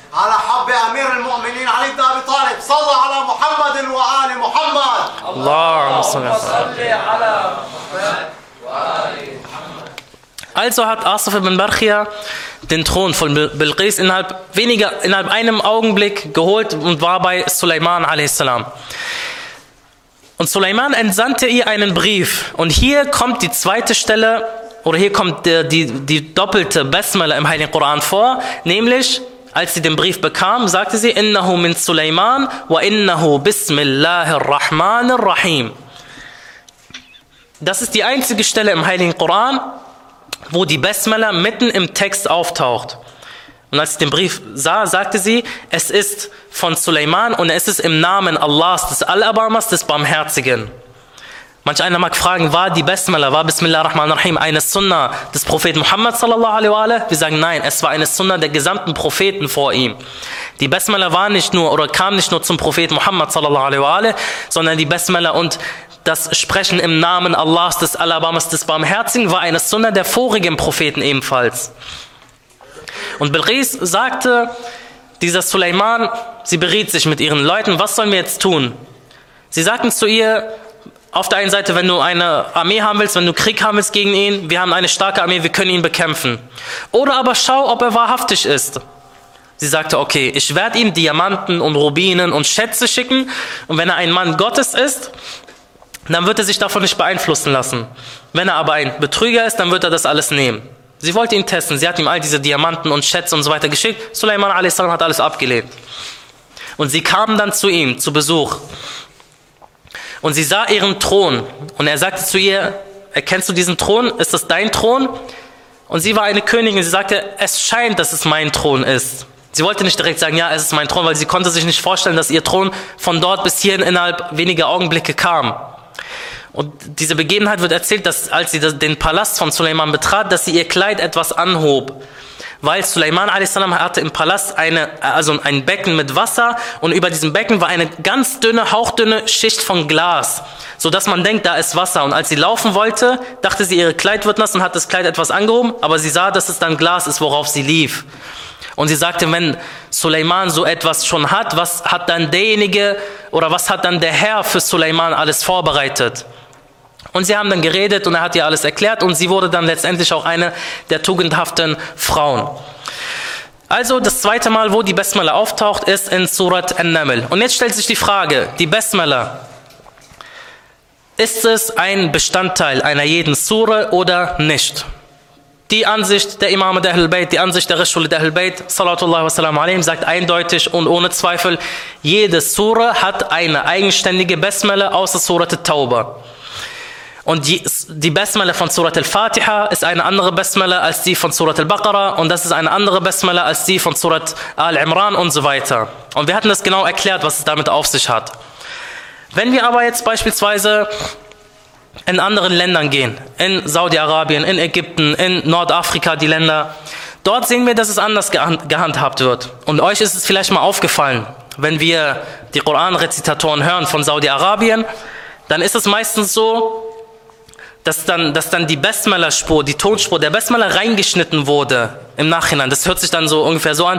Also hat Asif ibn Barkhia den Thron von Bilqis innerhalb weniger, innerhalb einem Augenblick geholt und war bei Suleiman a s. Und Suleiman entsandte ihr einen Brief. Und hier kommt die zweite Stelle, oder hier kommt die, die, die doppelte Basmala im Heiligen Koran vor, nämlich, als sie den Brief bekam, sagte sie, Innahu min Suleiman wa innahu bismillahir rahmanir rahim. Das ist die einzige Stelle im Heiligen Koran, wo die Basmala mitten im Text auftaucht. Und als sie den Brief sah, sagte sie, es ist von Suleiman und es ist im Namen Allahs, des Allerbarmers, des Barmherzigen. Manch einer mag fragen, war die Basmala, war Bismillah ar-Rahman ar-Rahim eine Sunna des Propheten Muhammad sallallahu alaihi wa sallam? Wir sagen nein, es war eine Sunna der gesamten Propheten vor ihm. Die Basmala war nicht nur oder kam nicht nur zum Propheten Muhammad sallallahu alaihi wa sallam, sondern die Basmala und das Sprechen im Namen Allahs, des Allerbarmers, des Barmherzigen, war eine Sunna der vorigen Propheten ebenfalls. Und Bilqis sagte, dieser Suleiman, sie beriet sich mit ihren Leuten, was sollen wir jetzt tun? Sie sagten zu ihr, auf der einen Seite, wenn du eine Armee haben willst, wenn du Krieg haben willst gegen ihn, wir haben eine starke Armee, wir können ihn bekämpfen. Oder aber schau, ob er wahrhaftig ist. Sie sagte, okay, ich werde ihm Diamanten und Rubinen und Schätze schicken und wenn er ein Mann Gottes ist, dann wird er sich davon nicht beeinflussen lassen. Wenn er aber ein Betrüger ist, dann wird er das alles nehmen. Sie wollte ihn testen, sie hat ihm all diese Diamanten und Schätze und so weiter geschickt. Sulaiman a s. hat alles abgelehnt. Und sie kamen dann zu ihm, zu Besuch. Und sie sah ihren Thron und er sagte zu ihr, erkennst du diesen Thron? Ist das dein Thron? Und sie war eine Königin, sie sagte, es scheint, dass es mein Thron ist. Sie wollte nicht direkt sagen, ja, es ist mein Thron, weil sie konnte sich nicht vorstellen, dass ihr Thron von dort bis hierhin innerhalb weniger Augenblicke kam. Und diese Begebenheit wird erzählt, dass als sie den Palast von Sulaiman betrat, dass sie ihr Kleid etwas anhob. Weil Sulaiman a s. hatte im Palast eine, also ein Becken mit Wasser und über diesem Becken war eine ganz dünne, hauchdünne Schicht von Glas, sodass man denkt, da ist Wasser. Und als sie laufen wollte, dachte sie, ihr Kleid wird nass und hat das Kleid etwas angehoben, aber sie sah, dass es dann Glas ist, worauf sie lief. Und sie sagte, wenn Sulaiman so etwas schon hat, was hat dann derjenige oder was hat dann der Herr für Sulaiman alles vorbereitet? Und sie haben dann geredet und er hat ihr alles erklärt und sie wurde dann letztendlich auch eine der tugendhaften Frauen. Also das zweite Mal, wo die Basmala auftaucht, ist in Surat An-Naml. Und jetzt stellt sich die Frage, die Basmala, ist es ein Bestandteil einer jeden Sure oder nicht? Die Ansicht der Imame der Ahlul Bayt, die Ansicht der Rasul der Ahlul Bayt, sallallahu wa sallam alayhim, sagt eindeutig und ohne Zweifel, jede Sure hat eine eigenständige Basmala außer Surat At-Tawbah. Und die, die Basmala von Surat Al-Fatiha ist eine andere Basmala als die von Surat Al-Baqarah und das ist eine andere Basmala als die von Surat Al-Imran und so weiter. Und wir hatten das genau erklärt, was es damit auf sich hat. Wenn wir aber jetzt beispielsweise in anderen Ländern gehen, in Saudi-Arabien, in Ägypten, in Nordafrika, die Länder, dort sehen wir, dass es anders gehandhabt wird. Und euch ist es vielleicht mal aufgefallen, wenn wir die Koran-Rezitatoren hören von Saudi-Arabien, dann ist es meistens so, dass dann, dass dann die Basmala-Spur, die Tonspur der Basmala reingeschnitten wurde im Nachhinein. Das hört sich dann so ungefähr so an.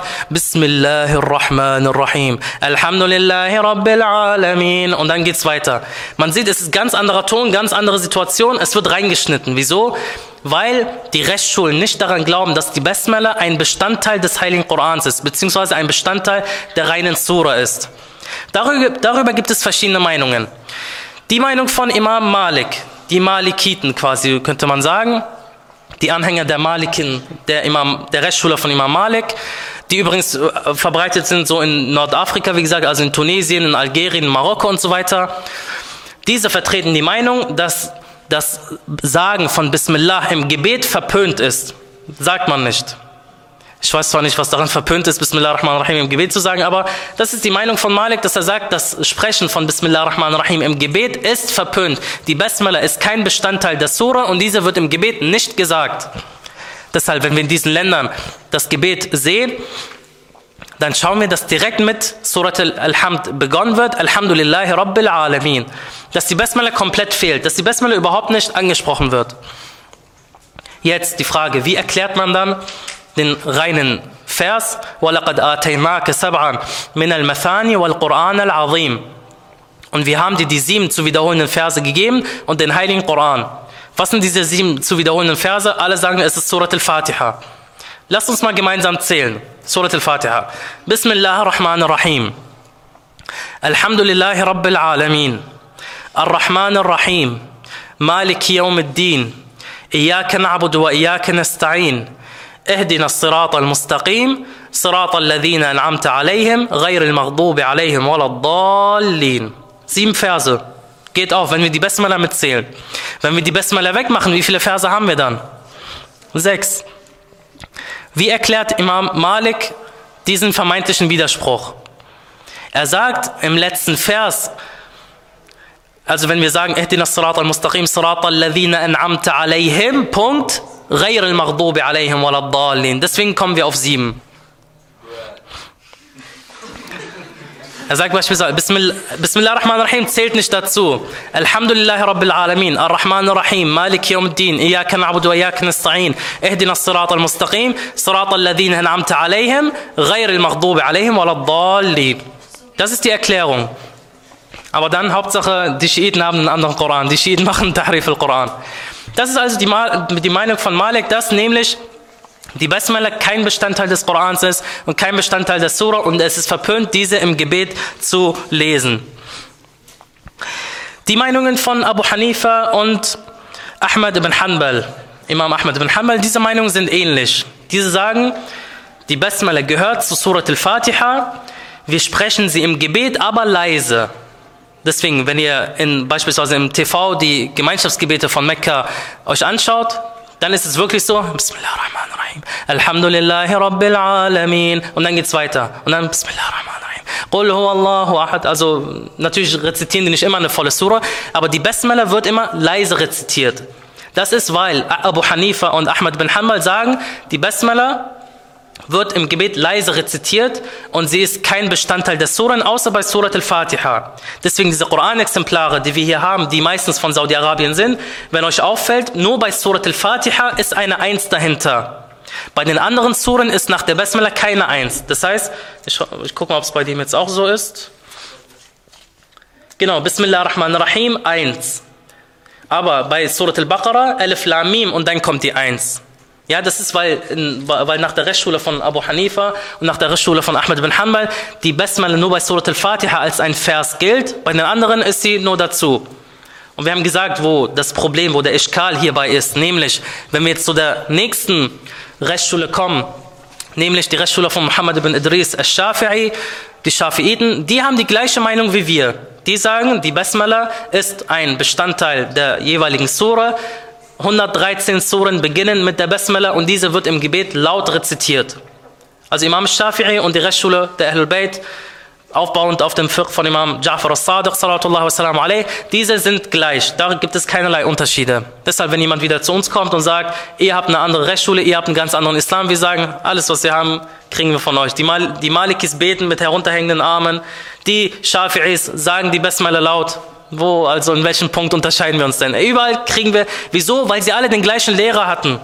Bismillahirrahmanirrahim. Alhamdulillahi Rabbil Alamin. Und dann geht's weiter. Man sieht, es ist ein ganz anderer Ton, ganz andere Situation. Es wird reingeschnitten. Wieso? Weil die Rechtsschulen nicht daran glauben, dass die Basmala ein Bestandteil des Heiligen Korans ist, beziehungsweise ein Bestandteil der reinen Sura ist. Darüber, darüber gibt es verschiedene Meinungen. Die Meinung von Imam Malik, die Malikiten quasi, könnte man sagen, die Anhänger der Maliken, der, Imam, der Rechtsschüler von Imam Malik, die übrigens äh, verbreitet sind so in Nordafrika, wie gesagt, also in Tunesien, in Algerien, in Marokko und so weiter. Diese vertreten die Meinung, dass das Sagen von Bismillah im Gebet verpönt ist. Sagt man nicht. Ich weiß zwar nicht, was daran verpönt ist, Bismillahirrahmanirrahim im Gebet zu sagen, aber das ist die Meinung von Malik, dass er sagt, das Sprechen von Bismillahirrahmanirrahim im Gebet ist verpönt. Die Basmala ist kein Bestandteil der Sura und diese wird im Gebet nicht gesagt. Deshalb, wenn wir in diesen Ländern das Gebet sehen, dann schauen wir, dass direkt mit Surat Al-Hamd begonnen wird, Alhamdulillahi Rabbil Alamin. Dass die Basmala komplett fehlt, dass die Basmala überhaupt nicht angesprochen wird. Jetzt die Frage, wie erklärt man dann den reinen Vers, وَلَقَدْ آتَيْنَاكَ سَبْعًا مِنَ الْمَثَانِ وَالْقُرْآنَ الْعَظِيمِ. Und wir haben dir die sieben zu wiederholenden Verse gegeben und den Heiligen Koran. Was sind diese sieben zu wiederholenden Verse? Alle sagen, es ist Surat Al-Fatiha. Lasst uns mal gemeinsam zählen. Surat Al-Fatiha. Bismillahirrahmanirrahim. Alhamdulillahi Rabbil Alamin. Ar-Rahmanir-Rahim. Maliki Yawmiddin. Iyaka na'budu wa iyaka nasta'in. اهدنا الصراط المستقيم صراط الذين أنعمت عليهم غير المغضوب عليهم ولا الضالين. Sieben Verse. Geht auf, wenn wir die Basmala mitzählen. Wenn wir die Basmala wegmachen, wie viele Verse haben wir dann? Sechs. Wie erklärt Imam Malik diesen vermeintlichen Widerspruch? Er sagt im letzten Vers, also wenn wir sagen, اهدنا الصراط المستقيم صراط الذين أنعمت عليهم, Punkt, غير المغضوب عليهم ولا الضالين. Deswegen kommen wir auf sieben. Er sagt beispielsweise, Bismillahirrahmanirrahim zählt nicht dazu. Alhamdulillahi Rabbil Alamin, Ar-Rahmanir-Rahim, Maliki Yawmiddin, Iyaka na'budu wa iyaka nasta'in, Ihdina as-sirata al-mustaqim, sirata alladhina an'amta alayhim, ghayr al-maghdubi alayhim wa la ad-dallin. Das ist die Erklärung. Aber dann, Hauptsache, die Schiiten haben einen anderen Koran. Die Schiiten machen Tahrif al-Koran. Das ist also die, die Meinung von Malik, dass nämlich die Basmala kein Bestandteil des Korans ist und kein Bestandteil der Surah und es ist verpönt, diese im Gebet zu lesen. Die Meinungen von Abu Hanifa und Ahmad ibn Hanbal, Imam Ahmad ibn Hanbal, diese Meinungen sind ähnlich. Diese sagen, die Basmala gehört zu Surat al-Fatiha, wir sprechen sie im Gebet, aber leise. Deswegen, wenn ihr in, beispielsweise im T V die Gemeinschaftsgebete von Mekka euch anschaut, dann ist es wirklich so, Bismillahirrahmanirrahim, Alhamdulillahi Rabbil Alamin, und dann geht es weiter. Und dann Bismillahirrahmanirrahim, Qul huwallahu ahad. Also natürlich rezitieren die nicht immer eine volle Surah, aber die Basmala wird immer leise rezitiert. Das ist, weil Abu Hanifa und Ahmad bin Hanbal sagen, die Basmala wird im Gebet leise rezitiert und sie ist kein Bestandteil der Suren, außer bei Surat al-Fatiha. Deswegen diese Koran-Exemplare, die wir hier haben, die meistens von Saudi-Arabien sind, wenn euch auffällt, nur bei Surat al-Fatiha ist eine Eins dahinter. Bei den anderen Suren ist nach der Basmala keine Eins. Das heißt, ich, ich gucke mal, ob es bei dem jetzt auch so ist. Genau, Bismillahirrahmanirrahim, Eins. Aber bei Surat al-Baqarah, Alif Lam Mim und dann kommt die Eins. Ja, das ist, weil, weil nach der Rechtsschule von Abu Hanifa und nach der Rechtsschule von Ahmad bin Hanbal die Basmala nur bei Surat al-Fatiha als ein Vers gilt, bei den anderen ist sie nur dazu. Und wir haben gesagt, wo das Problem, wo der Ischkal hierbei ist, nämlich, wenn wir jetzt zu der nächsten Rechtsschule kommen, nämlich die Rechtsschule von Muhammad ibn Idris al-Shafi'i, die Schafiiten, die haben die gleiche Meinung wie wir. Die sagen, die Basmala ist ein Bestandteil der jeweiligen Sura. hundertdreizehn Suren beginnen mit der Basmala und diese wird im Gebet laut rezitiert. Also Imam Shafi'i und die Rechtsschule der Ahlul Bayt, aufbauend auf dem Fiqh von Imam Ja'far as-Sadiq, sallallahu wa sallam alayh, diese sind gleich, da gibt es keinerlei Unterschiede. Deshalb, wenn jemand wieder zu uns kommt und sagt, ihr habt eine andere Rechtsschule, ihr habt einen ganz anderen Islam, wir sagen, alles was wir haben, kriegen wir von euch. Die, Mal die Malikis beten mit herunterhängenden Armen, die Shafi'is sagen die Basmala laut. Wo, also in welchem Punkt unterscheiden wir uns denn? Überall kriegen wir, wieso? Weil sie alle den gleichen Lehrer hatten.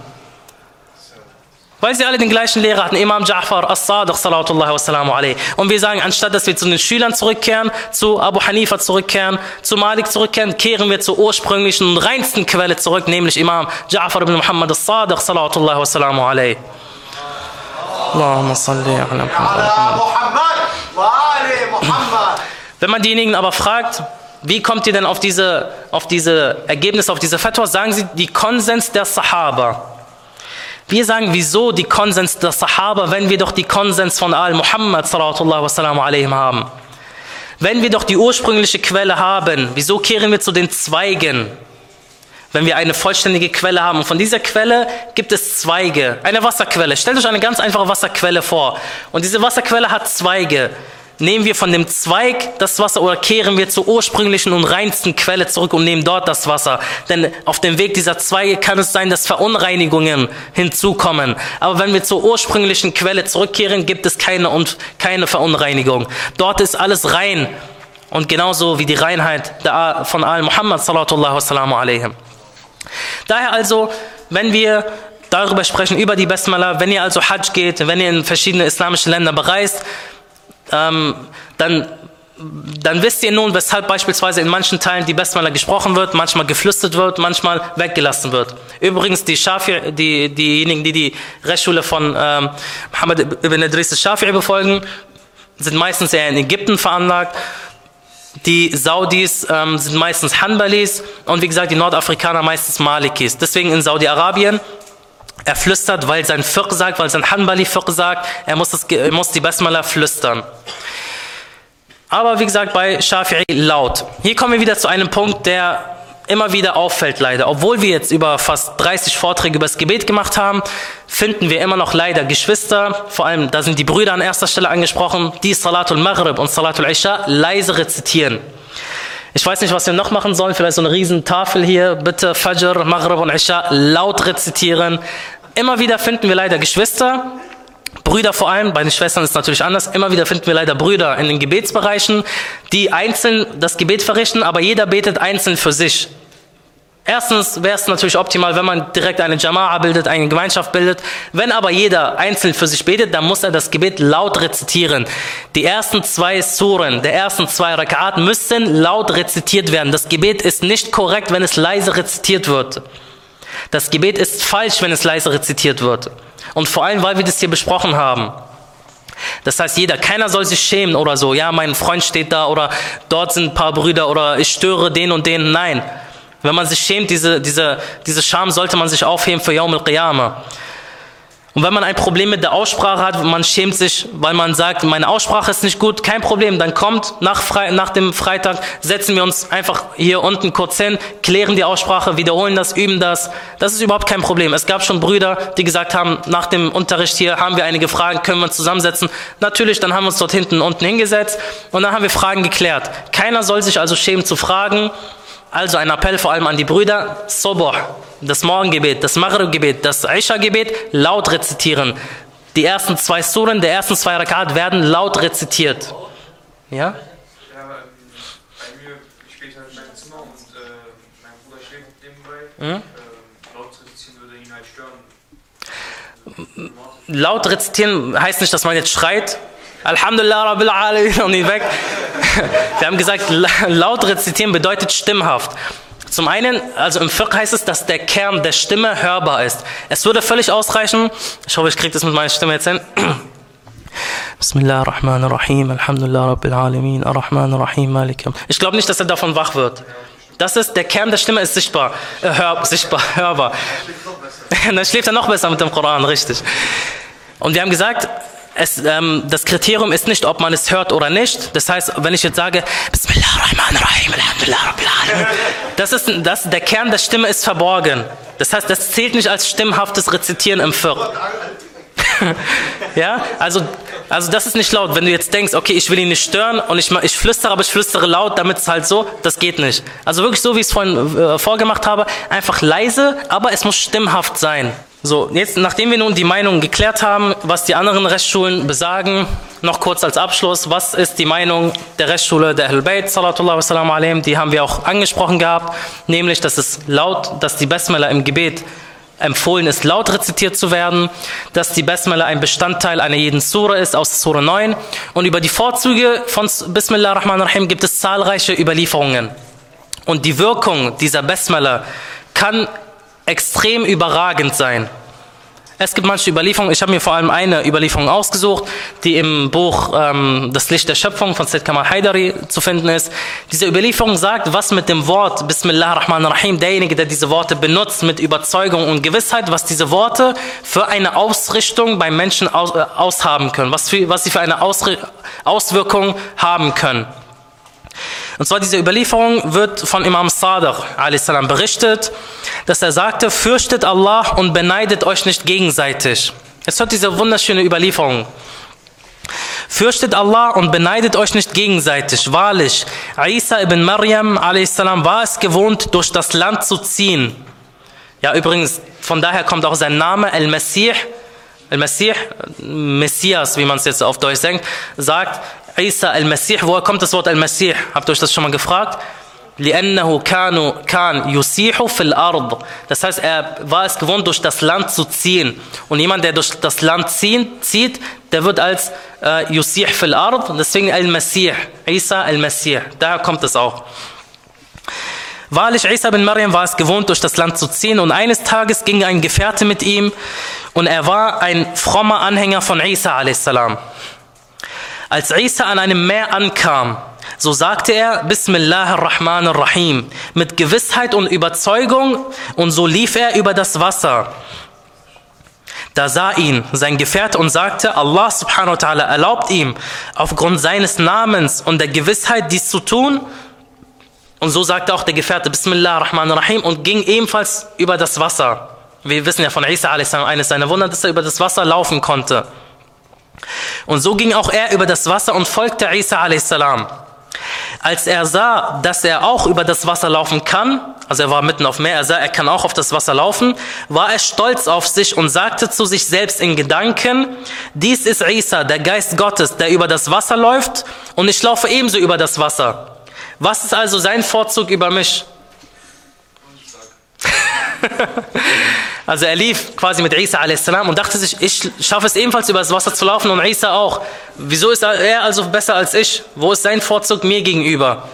Weil sie alle den gleichen Lehrer hatten, Imam Ja'far as-Sadiq, sallallahu wa sallam alayh. Und wir sagen, anstatt dass wir zu den Schülern zurückkehren, zu Abu Hanifa zurückkehren, zu Malik zurückkehren, kehren wir zur ursprünglichen und reinsten Quelle zurück, nämlich Imam Ja'far ibn Muhammad as-Sadiq, sallallahu wa sallam alayh. Allahumma salli ala Muhammad wa ali Muhammad. Wenn man diejenigen aber fragt, wie kommt ihr denn auf diese, auf diese Ergebnisse, auf diese Fatwa? Sagen sie, die Konsens der Sahaba. Wir sagen, wieso die Konsens der Sahaba, wenn wir doch die Konsens von Al-Muhammad sallallahu wa sallam alayhim haben? Wenn wir doch die ursprüngliche Quelle haben, wieso kehren wir zu den Zweigen? Wenn wir eine vollständige Quelle haben. Und von dieser Quelle gibt es Zweige. Eine Wasserquelle. Stellt euch eine ganz einfache Wasserquelle vor. Und diese Wasserquelle hat Zweige. Nehmen wir von dem Zweig das Wasser oder kehren wir zur ursprünglichen und reinsten Quelle zurück und nehmen dort das Wasser. Denn auf dem Weg dieser Zweige kann es sein, dass Verunreinigungen hinzukommen. Aber wenn wir zur ursprünglichen Quelle zurückkehren, gibt es keine, und keine Verunreinigung. Dort ist alles rein. Und genauso wie die Reinheit von Al-Muhammad sallallahu wa sallam alayhim. Daher also, wenn wir darüber sprechen, über die Basmala, wenn ihr also Hajj geht, wenn ihr in verschiedene islamische Länder bereist, Ähm, dann, dann wisst ihr nun, weshalb beispielsweise in manchen Teilen die Basmala gesprochen wird, manchmal geflüstert wird, manchmal weggelassen wird. Übrigens, die Shafi, die, diejenigen, die die Rechtsschule von ähm, Muhammad ibn Idris al-Shafi'i befolgen, sind meistens eher in Ägypten veranlagt. Die Saudis ähm, sind meistens Hanbalis und wie gesagt, die Nordafrikaner meistens Malikis. Deswegen in Saudi-Arabien, er flüstert, weil sein Fiqh sagt, weil sein Hanbali-Fiqh sagt, er muss, das, er muss die Basmala flüstern. Aber wie gesagt, bei Shafi'i laut. Hier kommen wir wieder zu einem Punkt, der immer wieder auffällt leider. Obwohl wir jetzt über fast dreißig Vorträge über das Gebet gemacht haben, finden wir immer noch leider Geschwister, vor allem, da sind die Brüder an erster Stelle angesprochen, die Salatul Maghrib und Salatul Isha leise rezitieren. Ich weiß nicht, was wir noch machen sollen, vielleicht so eine riesen Tafel hier, bitte Fajr, Maghrib und Isha laut rezitieren. Immer wieder finden wir leider Geschwister, Brüder vor allem, bei den Schwestern ist es natürlich anders, immer wieder finden wir leider Brüder in den Gebetsbereichen, die einzeln das Gebet verrichten, aber jeder betet einzeln für sich. Erstens wäre es natürlich optimal, wenn man direkt eine Jama'a bildet, eine Gemeinschaft bildet. Wenn aber jeder einzeln für sich betet, dann muss er das Gebet laut rezitieren. Die ersten zwei Suren, der ersten zwei Rak'at müssen laut rezitiert werden. Das Gebet ist nicht korrekt, wenn es leise rezitiert wird. Das Gebet ist falsch, wenn es leise rezitiert wird. Und vor allem, weil wir das hier besprochen haben. Das heißt, jeder, keiner soll sich schämen oder so. Ja, mein Freund steht da oder dort sind ein paar Brüder oder ich störe den und den. Nein. Wenn man sich schämt, diese, diese, diese Scham sollte man sich aufheben für Yawm al-Qiyamah. Und wenn man ein Problem mit der Aussprache hat, man schämt sich, weil man sagt, meine Aussprache ist nicht gut, kein Problem. Dann kommt nach, Fre nach dem Freitag, setzen wir uns einfach hier unten kurz hin, klären die Aussprache, wiederholen das, üben das. Das ist überhaupt kein Problem. Es gab schon Brüder, die gesagt haben, nach dem Unterricht hier haben wir einige Fragen, können wir uns zusammensetzen. Natürlich, dann haben wir uns dort hinten unten hingesetzt und dann haben wir Fragen geklärt. Keiner soll sich also schämen zu fragen. Also ein Appell vor allem an die Brüder, Subuh, das Morgengebet, das Maghrib-Gebet, das Isha-Gebet laut rezitieren. Die ersten zwei Suren, der ersten zwei Rakat werden laut rezitiert. Ja? Ja, ähm, bei mir, ich bete halt in meinem Zimmer und äh, mein Bruder schläft nebenbei. Mhm. Ähm, laut rezitieren würde ihn halt stören. Laut rezitieren heißt nicht, dass man jetzt schreit. Alhamdulillah Rabbil Alamin und nicht weg. Wir haben gesagt, laut rezitieren bedeutet stimmhaft. Zum einen, also im Fiqh heißt es, dass der Kern der Stimme hörbar ist. Es würde völlig ausreichen, ich hoffe, ich kriege das mit meiner Stimme jetzt hin. Bismillahirrahmanirrahim, Alhamdulillah Rabbil Alamin, Ar-Rahmanir-Rahim, Malik. Ich glaube nicht, dass er davon wach wird. Das ist, der Kern der Stimme ist sichtbar, äh, hör, sichtbar, hörbar. Dann schläft er noch besser mit dem Koran, richtig. Und wir haben gesagt, Es, ähm, das Kriterium ist nicht, ob man es hört oder nicht. Das heißt, wenn ich jetzt sage, Bismillahirrahmanirrahim, Alhamdulillah Rabbil Alamin, das ist, das, der Kern der Stimme ist verborgen. Das heißt, das zählt nicht als stimmhaftes Rezitieren im Fiqh. Ja, also, also das ist nicht laut. Wenn du jetzt denkst, okay, ich will ihn nicht stören und ich, ich flüstere, aber ich flüstere laut, damit es halt so, das geht nicht. Also wirklich so, wie ich es vorhin äh, vorgemacht habe, einfach leise, aber es muss stimmhaft sein. So, jetzt, nachdem wir nun die Meinung geklärt haben, was die anderen Rechtsschulen besagen, noch kurz als Abschluss, was ist die Meinung der Rechtsschule der Ahlul Bayt, salatullah wa salam alayhim, die haben wir auch angesprochen gehabt, nämlich, dass es laut, dass die Basmala im Gebet empfohlen ist, laut rezitiert zu werden, dass die Basmala ein Bestandteil einer jeden Sura ist, aus Sura neun, und über die Vorzüge von Bismillah ar-Rahman ar-Rahim gibt es zahlreiche Überlieferungen. Und die Wirkung dieser Basmala kann extrem überragend sein. Es gibt manche Überlieferungen, ich habe mir vor allem eine Überlieferung ausgesucht, die im Buch ähm, Das Licht der Schöpfung von Sayyid Kamal Haidari zu finden ist. Diese Überlieferung sagt, was mit dem Wort Bismillah ar-Rahman ar-Rahim, derjenige, der diese Worte benutzt mit Überzeugung und Gewissheit, was diese Worte für eine Ausrichtung beim Menschen aus, äh, aushaben können, was, für, was sie für eine Ausri- Auswirkung haben können. Und zwar diese Überlieferung wird von Imam Sadiq a s. berichtet, dass er sagte, fürchtet Allah und beneidet euch nicht gegenseitig. Jetzt hört diese wunderschöne Überlieferung. Fürchtet Allah und beneidet euch nicht gegenseitig. Wahrlich, Isa ibn Maryam a s. war es gewohnt, durch das Land zu ziehen. Ja, übrigens, von daher kommt auch sein Name, Al-Masih, Al-Masih, Messias, wie man es jetzt auf Deutsch denkt, sagt, Isa al-Masih, woher kommt das Wort al-Masih? Habt ihr euch das schon mal gefragt? لِأَنَّهُ كَانُ كَانْ يُسِيحُ فِي الْأَرْضِ. Das heißt, er war es gewohnt, durch das Land zu ziehen. Und jemand, der durch das Land ziehen, zieht, der wird als äh, Yusih fil Ard, deswegen al-Masih, Isa al-Masih. Daher kommt es auch. Wahrlich, Isa bin Maryam war es gewohnt, durch das Land zu ziehen, und eines Tages ging ein Gefährte mit ihm und er war ein frommer Anhänger von Isa a s. Als Isa an einem Meer ankam, so sagte er Bismillah ar-Rahman ar-Rahim mit Gewissheit und Überzeugung, und so lief er über das Wasser. Da sah ihn sein Gefährte und sagte, Allah subhanahu wa ta'ala erlaubt ihm aufgrund seines Namens und der Gewissheit dies zu tun. Und so sagte auch der Gefährte Bismillah ar-Rahman ar-Rahim und ging ebenfalls über das Wasser. Wir wissen ja von Isa a s. eines seiner Wunder, dass er über das Wasser laufen konnte. Und so ging auch er über das Wasser und folgte Isa a s. Als er sah, dass er auch über das Wasser laufen kann, also er war mitten auf Meer, er sah, er kann auch auf das Wasser laufen, war er stolz auf sich und sagte zu sich selbst in Gedanken, dies ist Isa, der Geist Gottes, der über das Wasser läuft, und ich laufe ebenso über das Wasser. Was ist also sein Vorzug über mich? Also er lief quasi mit Isa a s. und dachte sich, ich schaffe es ebenfalls über das Wasser zu laufen und Isa auch. Wieso ist er also besser als ich? Wo ist sein Vorzug mir gegenüber?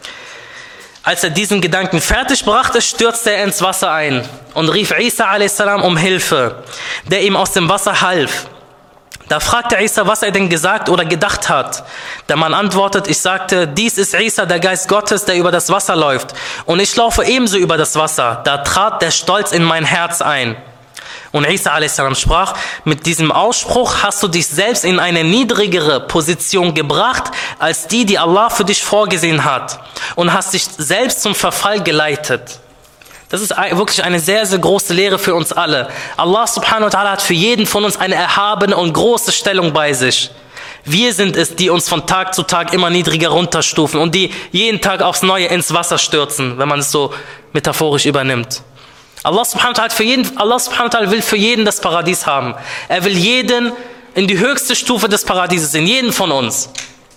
Als er diesen Gedanken fertig brachte, stürzte er ins Wasser ein und rief Isa a s. um Hilfe, der ihm aus dem Wasser half. Da fragte Isa, was er denn gesagt oder gedacht hat. Der Mann antwortet, ich sagte, dies ist Isa, der Geist Gottes, der über das Wasser läuft. Und ich laufe ebenso über das Wasser. Da trat der Stolz in mein Herz ein. Und Isa a s. sprach, mit diesem Ausspruch hast du dich selbst in eine niedrigere Position gebracht, als die, die Allah für dich vorgesehen hat. Und hast dich selbst zum Verfall geleitet. Das ist wirklich eine sehr, sehr große Lehre für uns alle. Allah subhanahu wa ta'ala hat für jeden von uns eine erhabene und große Stellung bei sich. Wir sind es, die uns von Tag zu Tag immer niedriger runterstufen und die jeden Tag aufs Neue ins Wasser stürzen, wenn man es so metaphorisch übernimmt. Allah subhanahu wa ta'ala, für jeden, Allah subhanahu wa ta'ala will für jeden das Paradies haben. Er will jeden in die höchste Stufe des Paradieses sehen, jeden von uns.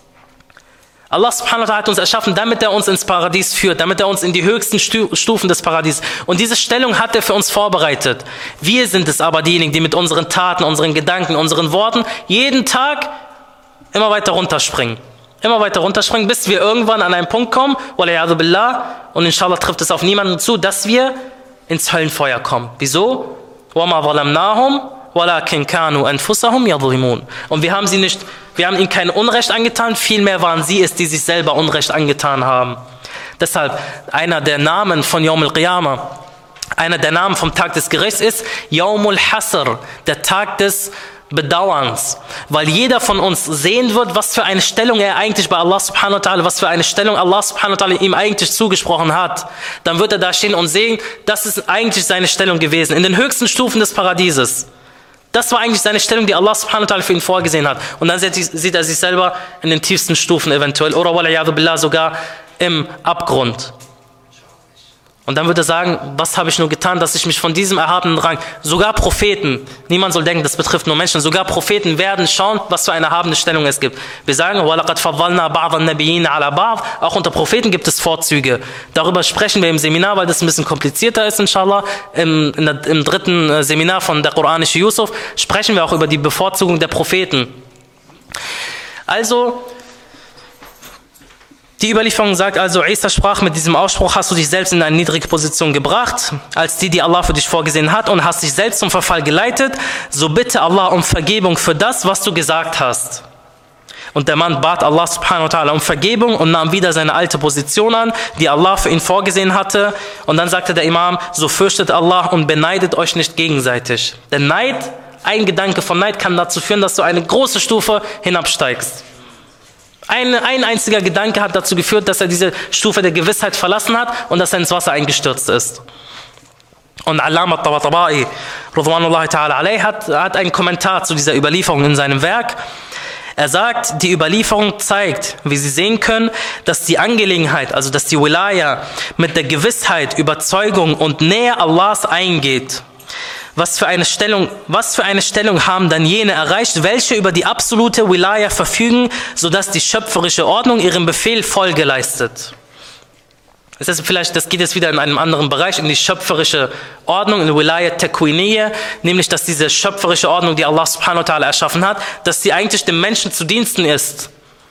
Allah subhanahu wa ta'ala hat uns erschaffen, damit er uns ins Paradies führt, damit er uns in die höchsten Stufen des Paradieses. Und diese Stellung hat er für uns vorbereitet. Wir sind es aber diejenigen, die mit unseren Taten, unseren Gedanken, unseren Worten jeden Tag immer weiter runterspringen. Immer weiter runterspringen, bis wir irgendwann an einen Punkt kommen, waliyadu billah, und inshallah trifft es auf niemanden zu, dass wir ins Höllenfeuer kommen. Wieso? وَمَا ظَلَمْنَاهُمْ وَلَكِنْ كَانُوا أَنفُسَهُمْ يَظْلِمُونَ. Und wir haben sie nicht, wir haben ihnen kein Unrecht angetan, vielmehr waren sie es, die sich selber Unrecht angetan haben. Deshalb, einer der Namen von Yawm al-Qiyamah, einer der Namen vom Tag des Gerichts ist Yawm al-Hasr, der Tag des Bedauerns, weil jeder von uns sehen wird, was für eine Stellung er eigentlich bei Allah subhanahu wa ta'ala, was für eine Stellung Allah subhanahu wa ta'ala ihm eigentlich zugesprochen hat. Dann wird er da stehen und sehen, das ist eigentlich seine Stellung gewesen, in den höchsten Stufen des Paradieses. Das war eigentlich seine Stellung, die Allah subhanahu wa ta'ala für ihn vorgesehen hat. Und dann sieht er sich selber in den tiefsten Stufen eventuell, oder waliyadu billah sogar im Abgrund. Und dann wird er sagen, was habe ich nur getan, dass ich mich von diesem erhabenen Rang, sogar Propheten, niemand soll denken, das betrifft nur Menschen, sogar Propheten werden schauen, was für eine erhabene Stellung es gibt. Wir sagen, وَلَقَدْ فَضَّلْنَا بَعْضَ النَّبِيِّينَ عَلَى بَعْضٍ, auch unter Propheten gibt es Vorzüge. Darüber sprechen wir im Seminar, weil das ein bisschen komplizierter ist, inshallah. Im, in der, im dritten Seminar von der Quranische Yusuf sprechen wir auch über die Bevorzugung der Propheten. Also, die Überlieferung sagt also, Isa sprach, mit diesem Ausspruch hast du dich selbst in eine niedrige Position gebracht, als die, die Allah für dich vorgesehen hat, und hast dich selbst zum Verfall geleitet, so bitte Allah um Vergebung für das, was du gesagt hast. Und der Mann bat Allah subhanahu wa ta'ala um Vergebung und nahm wieder seine alte Position an, die Allah für ihn vorgesehen hatte. Und dann sagte der Imam, so fürchtet Allah und beneidet euch nicht gegenseitig. Denn Neid, ein Gedanke von Neid kann dazu führen, dass du eine große Stufe hinabsteigst. Ein, ein einziger Gedanke hat dazu geführt, dass er diese Stufe der Gewissheit verlassen hat und dass er ins Wasser eingestürzt ist. Und Allama Tabatabai, Ridwanullahi ta'ala alayhi, hat, hat einen Kommentar zu dieser Überlieferung in seinem Werk. Er sagt, die Überlieferung zeigt, wie Sie sehen können, dass die Angelegenheit, also dass die Wilaya mit der Gewissheit, Überzeugung und Nähe Allahs eingeht. Was für eine Stellung, was für eine Stellung haben dann jene erreicht, welche über die absolute Wilaya verfügen, sodass die schöpferische Ordnung ihrem Befehl Folge leistet. Das ist vielleicht, das geht jetzt wieder in einem anderen Bereich, in die schöpferische Ordnung, in die Wilaya Takwiniyya, nämlich, dass diese schöpferische Ordnung, die Allah subhanahu wa ta'ala erschaffen hat, dass sie eigentlich dem Menschen zu Diensten ist.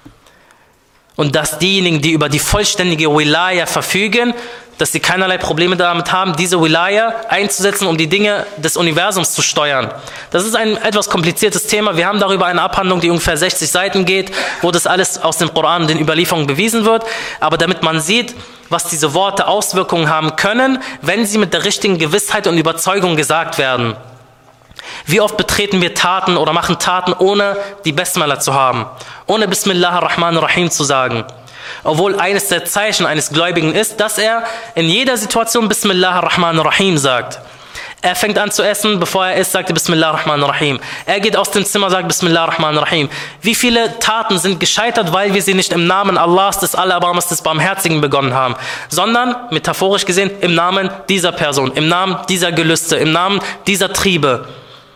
Und dass diejenigen, die über die vollständige Wilaya verfügen, dass sie keinerlei Probleme damit haben, diese Wilaya einzusetzen, um die Dinge des Universums zu steuern. Das ist ein etwas kompliziertes Thema. Wir haben darüber eine Abhandlung, die ungefähr sechzig Seiten geht, wo das alles aus dem Koran und den Überlieferungen bewiesen wird. Aber damit man sieht, was diese Worte Auswirkungen haben können, wenn sie mit der richtigen Gewissheit und Überzeugung gesagt werden. Wie oft betreten wir Taten oder machen Taten, ohne die Basmala zu haben, ohne Bismillah ar-Rahman ar-Rahim zu sagen. Obwohl eines der Zeichen eines Gläubigen ist, dass er in jeder Situation Bismillah ar-Rahman ar-Rahim sagt. Er fängt an zu essen, bevor er isst, sagt er Bismillah ar-Rahman ar-Rahim. Er geht aus dem Zimmer, sagt Bismillah ar-Rahman ar-Rahim. Wie viele Taten sind gescheitert, weil wir sie nicht im Namen Allahs, des Allerbarmers, des Barmherzigen begonnen haben, sondern, metaphorisch gesehen, im Namen dieser Person, im Namen dieser Gelüste, im Namen dieser Triebe.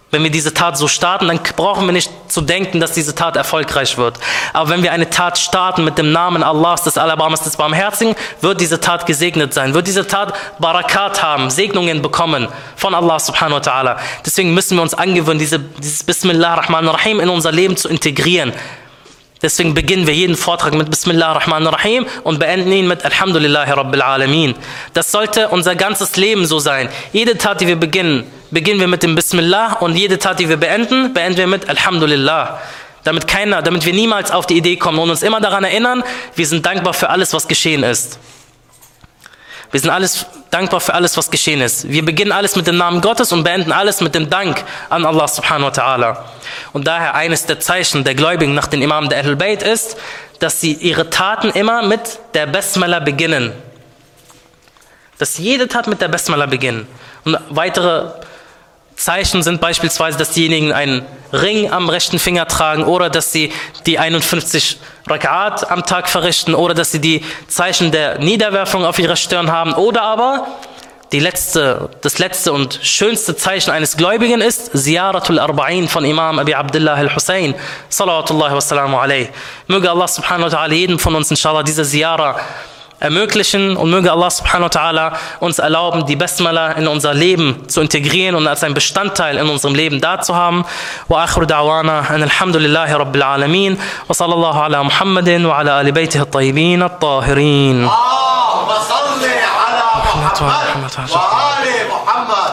Wenn wir diese Tat so starten, dann brauchen wir nicht zu denken, dass diese Tat erfolgreich wird. Aber wenn wir eine Tat starten mit dem Namen Allahs, des Allerbarmers, des Barmherzigen, wird diese Tat gesegnet sein, wird diese Tat Barakat haben, Segnungen bekommen von Allah subhanahu wa ta'ala. Deswegen müssen wir uns angewöhnen, diese, dieses Bismillah ar-Rahman ar-Rahim in unser Leben zu integrieren. Deswegen beginnen wir jeden Vortrag mit Bismillah ar-Rahman ar-Rahim und beenden ihn mit Alhamdulillahi Rabbil Alamin. Das sollte unser ganzes Leben so sein. Jede Tat, die wir beginnen, beginnen wir mit dem Bismillah und jede Tat, die wir beenden, beenden wir mit Alhamdulillah. Damit keiner, damit wir niemals auf die Idee kommen und uns immer daran erinnern, wir sind dankbar für alles, was geschehen ist. Wir sind alles dankbar für alles, was geschehen ist. Wir beginnen alles mit dem Namen Gottes und beenden alles mit dem Dank an Allah subhanahu wa ta'ala. Und daher eines der Zeichen der Gläubigen nach den Imamen der Ahlul Bayt ist, dass sie ihre Taten immer mit der Basmala beginnen. Dass jede Tat mit der Basmala beginnen. Und weitere Zeichen sind beispielsweise, dass diejenigen einen Ring am rechten Finger tragen oder dass sie die einundfünfzig Rak'at am Tag verrichten oder dass sie die Zeichen der Niederwerfung auf ihrer Stirn haben oder aber die letzte, das letzte und schönste Zeichen eines Gläubigen ist Ziyaratul Arba'in von Imam Abi Abdullah al-Hussein salawatullahi wa salamu alayhi. Möge Allah subhanahu wa ta'ala jedem von uns inshallah diese Ziyara ermöglichen und möge Allah subhanahu wa ta'ala uns erlauben, die Basmala in unser Leben zu integrieren und als ein Bestandteil in unserem Leben da zu haben. Wa akhiru da'wana an alhamdulillahi rabbil alamin wa sallallahu ala Muhammadin wa ala ali baytihi at-tayyibin at-tahirin. اللهم صل على محمد وآل محمد